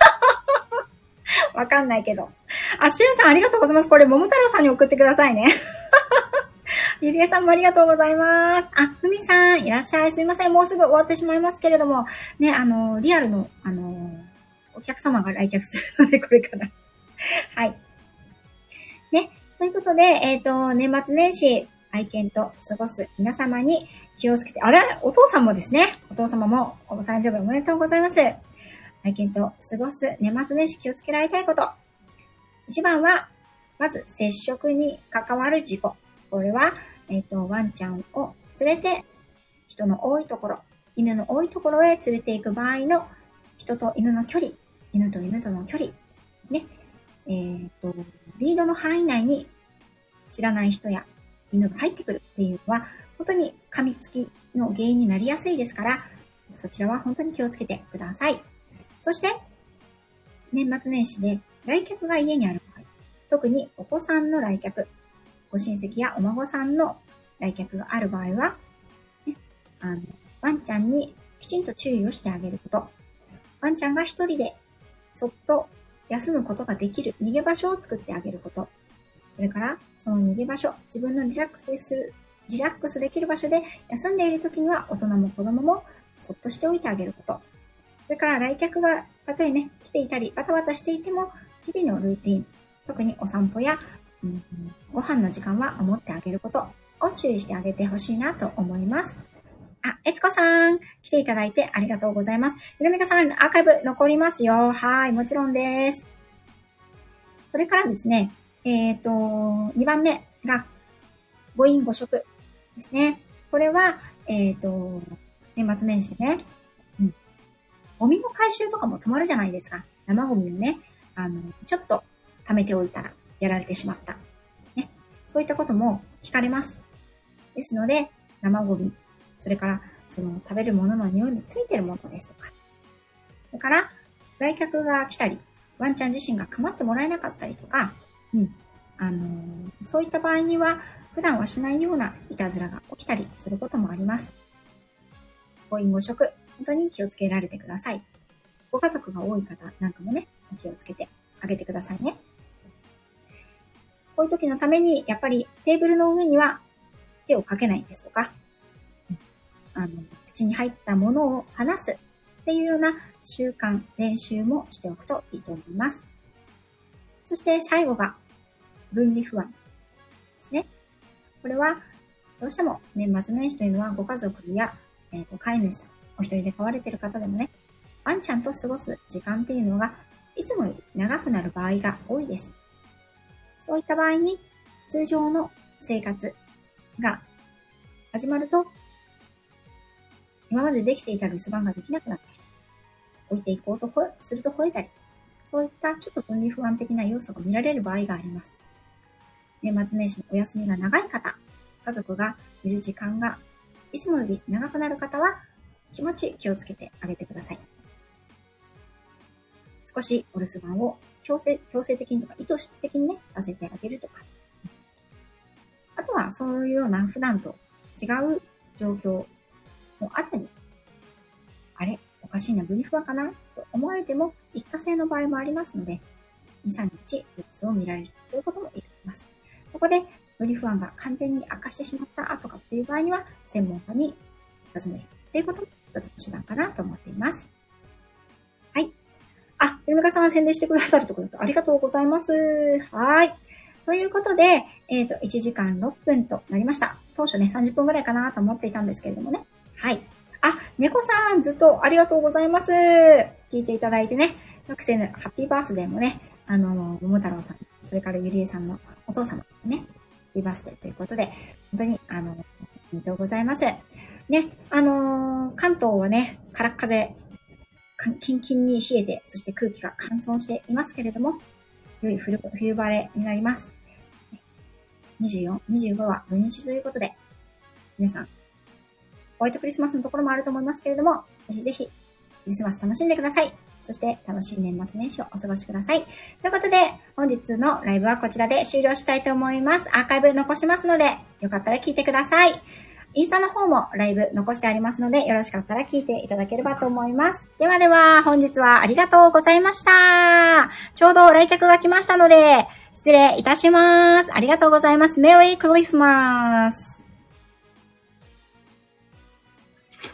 わかんないけど。あ、しゅうさんありがとうございます。これ、桃太郎さんに送ってくださいね。ゆりえさんもありがとうございます。あ、ふみさん、いらっしゃい。すいません。もうすぐ終わってしまいますけれども。ね、あの、リアルの、あの、お客様が来客するので、これから。はい。ね、ということで、えっと、年末年始、愛犬と過ごす皆様に気をつけて、あれお父さんもですね。お父様もお誕生日おめでとうございます。愛犬と過ごす年末年始気をつけられたいこと。一番は、まず接触に関わる事故。これは、えっと、ワンちゃんを連れて、人の多いところ、犬の多いところへ連れて行く場合の人と犬の距離、犬と犬との距離。ね。えっと、リードの範囲内に知らない人や犬が入ってくるっていうのは、本当に噛みつきの原因になりやすいですから、そちらは本当に気をつけてください。そして、年末年始で来客が家にある場合、特にお子さんの来客、ご親戚やお孫さんの来客がある場合は、ね、あの、ワンちゃんにきちんと注意をしてあげること。ワンちゃんが一人でそっと休むことができる逃げ場所を作ってあげること。それから、その逃げ場所、自分のリラックスする、リラックスできる場所で休んでいる時には大人も子供もそっとしておいてあげること。それから来客がたとえね、来ていたりバタバタしていても日々のルーティン、特にお散歩や、うん、ご飯の時間は守ってあげることを注意してあげてほしいなと思います。あ、えつこさん、来ていただいてありがとうございます。ひろみかさん、アーカイブ残りますよ。はい、もちろんです。それからですね、えっと、にばんめが、ご飲ご食ですね。これは、えっと、年末年始ね、うん、ゴミの回収とかも止まるじゃないですか。生ゴミをね、あの、ちょっと溜めておいたらやられてしまった。ね。 そういったことも聞かれます。ですので、生ゴミ、それからその食べるものの匂いのついているものですとか、それから来客が来たり、ワンちゃん自身が構ってもらえなかったりとか、うん、あのー、そういった場合には、普段はしないようないたずらが起きたりすることもあります。ご飲ご食、本当に気をつけられてください。ご家族が多い方なんかもね、お気をつけてあげてくださいね。こういう時のために、やっぱりテーブルの上には手をかけないですとか、あの、口に入ったものを離すっていうような習慣、練習もしておくといいと思います。そして最後が分離不安ですね。これはどうしても年末年始というのはご家族や、えーと、飼い主さん、お一人で飼われている方でもね、ワンちゃんと過ごす時間っていうのがいつもより長くなる場合が多いです。そういった場合に通常の生活が始まると、今までできていた留守番ができなくなったり、置いていこうとすると吠えたり、そういったちょっと分離不安的な要素が見られる場合があります。年末年始のお休みが長い方、家族がいる時間がいつもより長くなる方は気持ち気をつけてあげてください。少しお留守番を強制、強制的にとか意図的にね、させてあげるとか。あとはそういうような普段と違う状況の後に、あれおかしいな、分離不安かなと思われても一過性の場合もありますので、に、さんにち様子を見られるということもいいと思います。そこで分離不安が完全に悪化してしまったとかっていう場合には、専門家に尋ねるっていうことも一つの手段かなと思っています。はい。あ、ゆみかさんが宣伝してくださるところだとありがとうございます。はい。ということで、えっと、いちじかんろっぷんとなりました。当初ね、さんじゅっぷんぐらいかなと思っていたんですけれどもね。はい。あ、猫さん、ずっとありがとうございます。聞いていただいてね、学生のハッピーバースデーもね、あの、桃太郎さん、それからゆりえさんのお父様ね、ハッピーバースデーということで、本当に、あの、おめでとうございます。ね、あのー、関東はね、からっ風、キンキンに冷えて、そして空気が乾燥していますけれども、良い冬晴れになります。にじゅうよん、にじゅうごは土日ということで、皆さん、ホワイトクリスマスのところもあると思いますけれども、ぜひぜひ、クリスマス楽しんでください。そして楽しい年末年始をお過ごしください。ということで、本日のライブはこちらで終了したいと思います。アーカイブ残しますので、よかったら聞いてください。インスタの方もライブ残してありますので、よろしかったら聞いていただければと思います。ではでは、本日はありがとうございました。ちょうど来客が来ましたので、失礼いたします。ありがとうございます。メリークリスマス。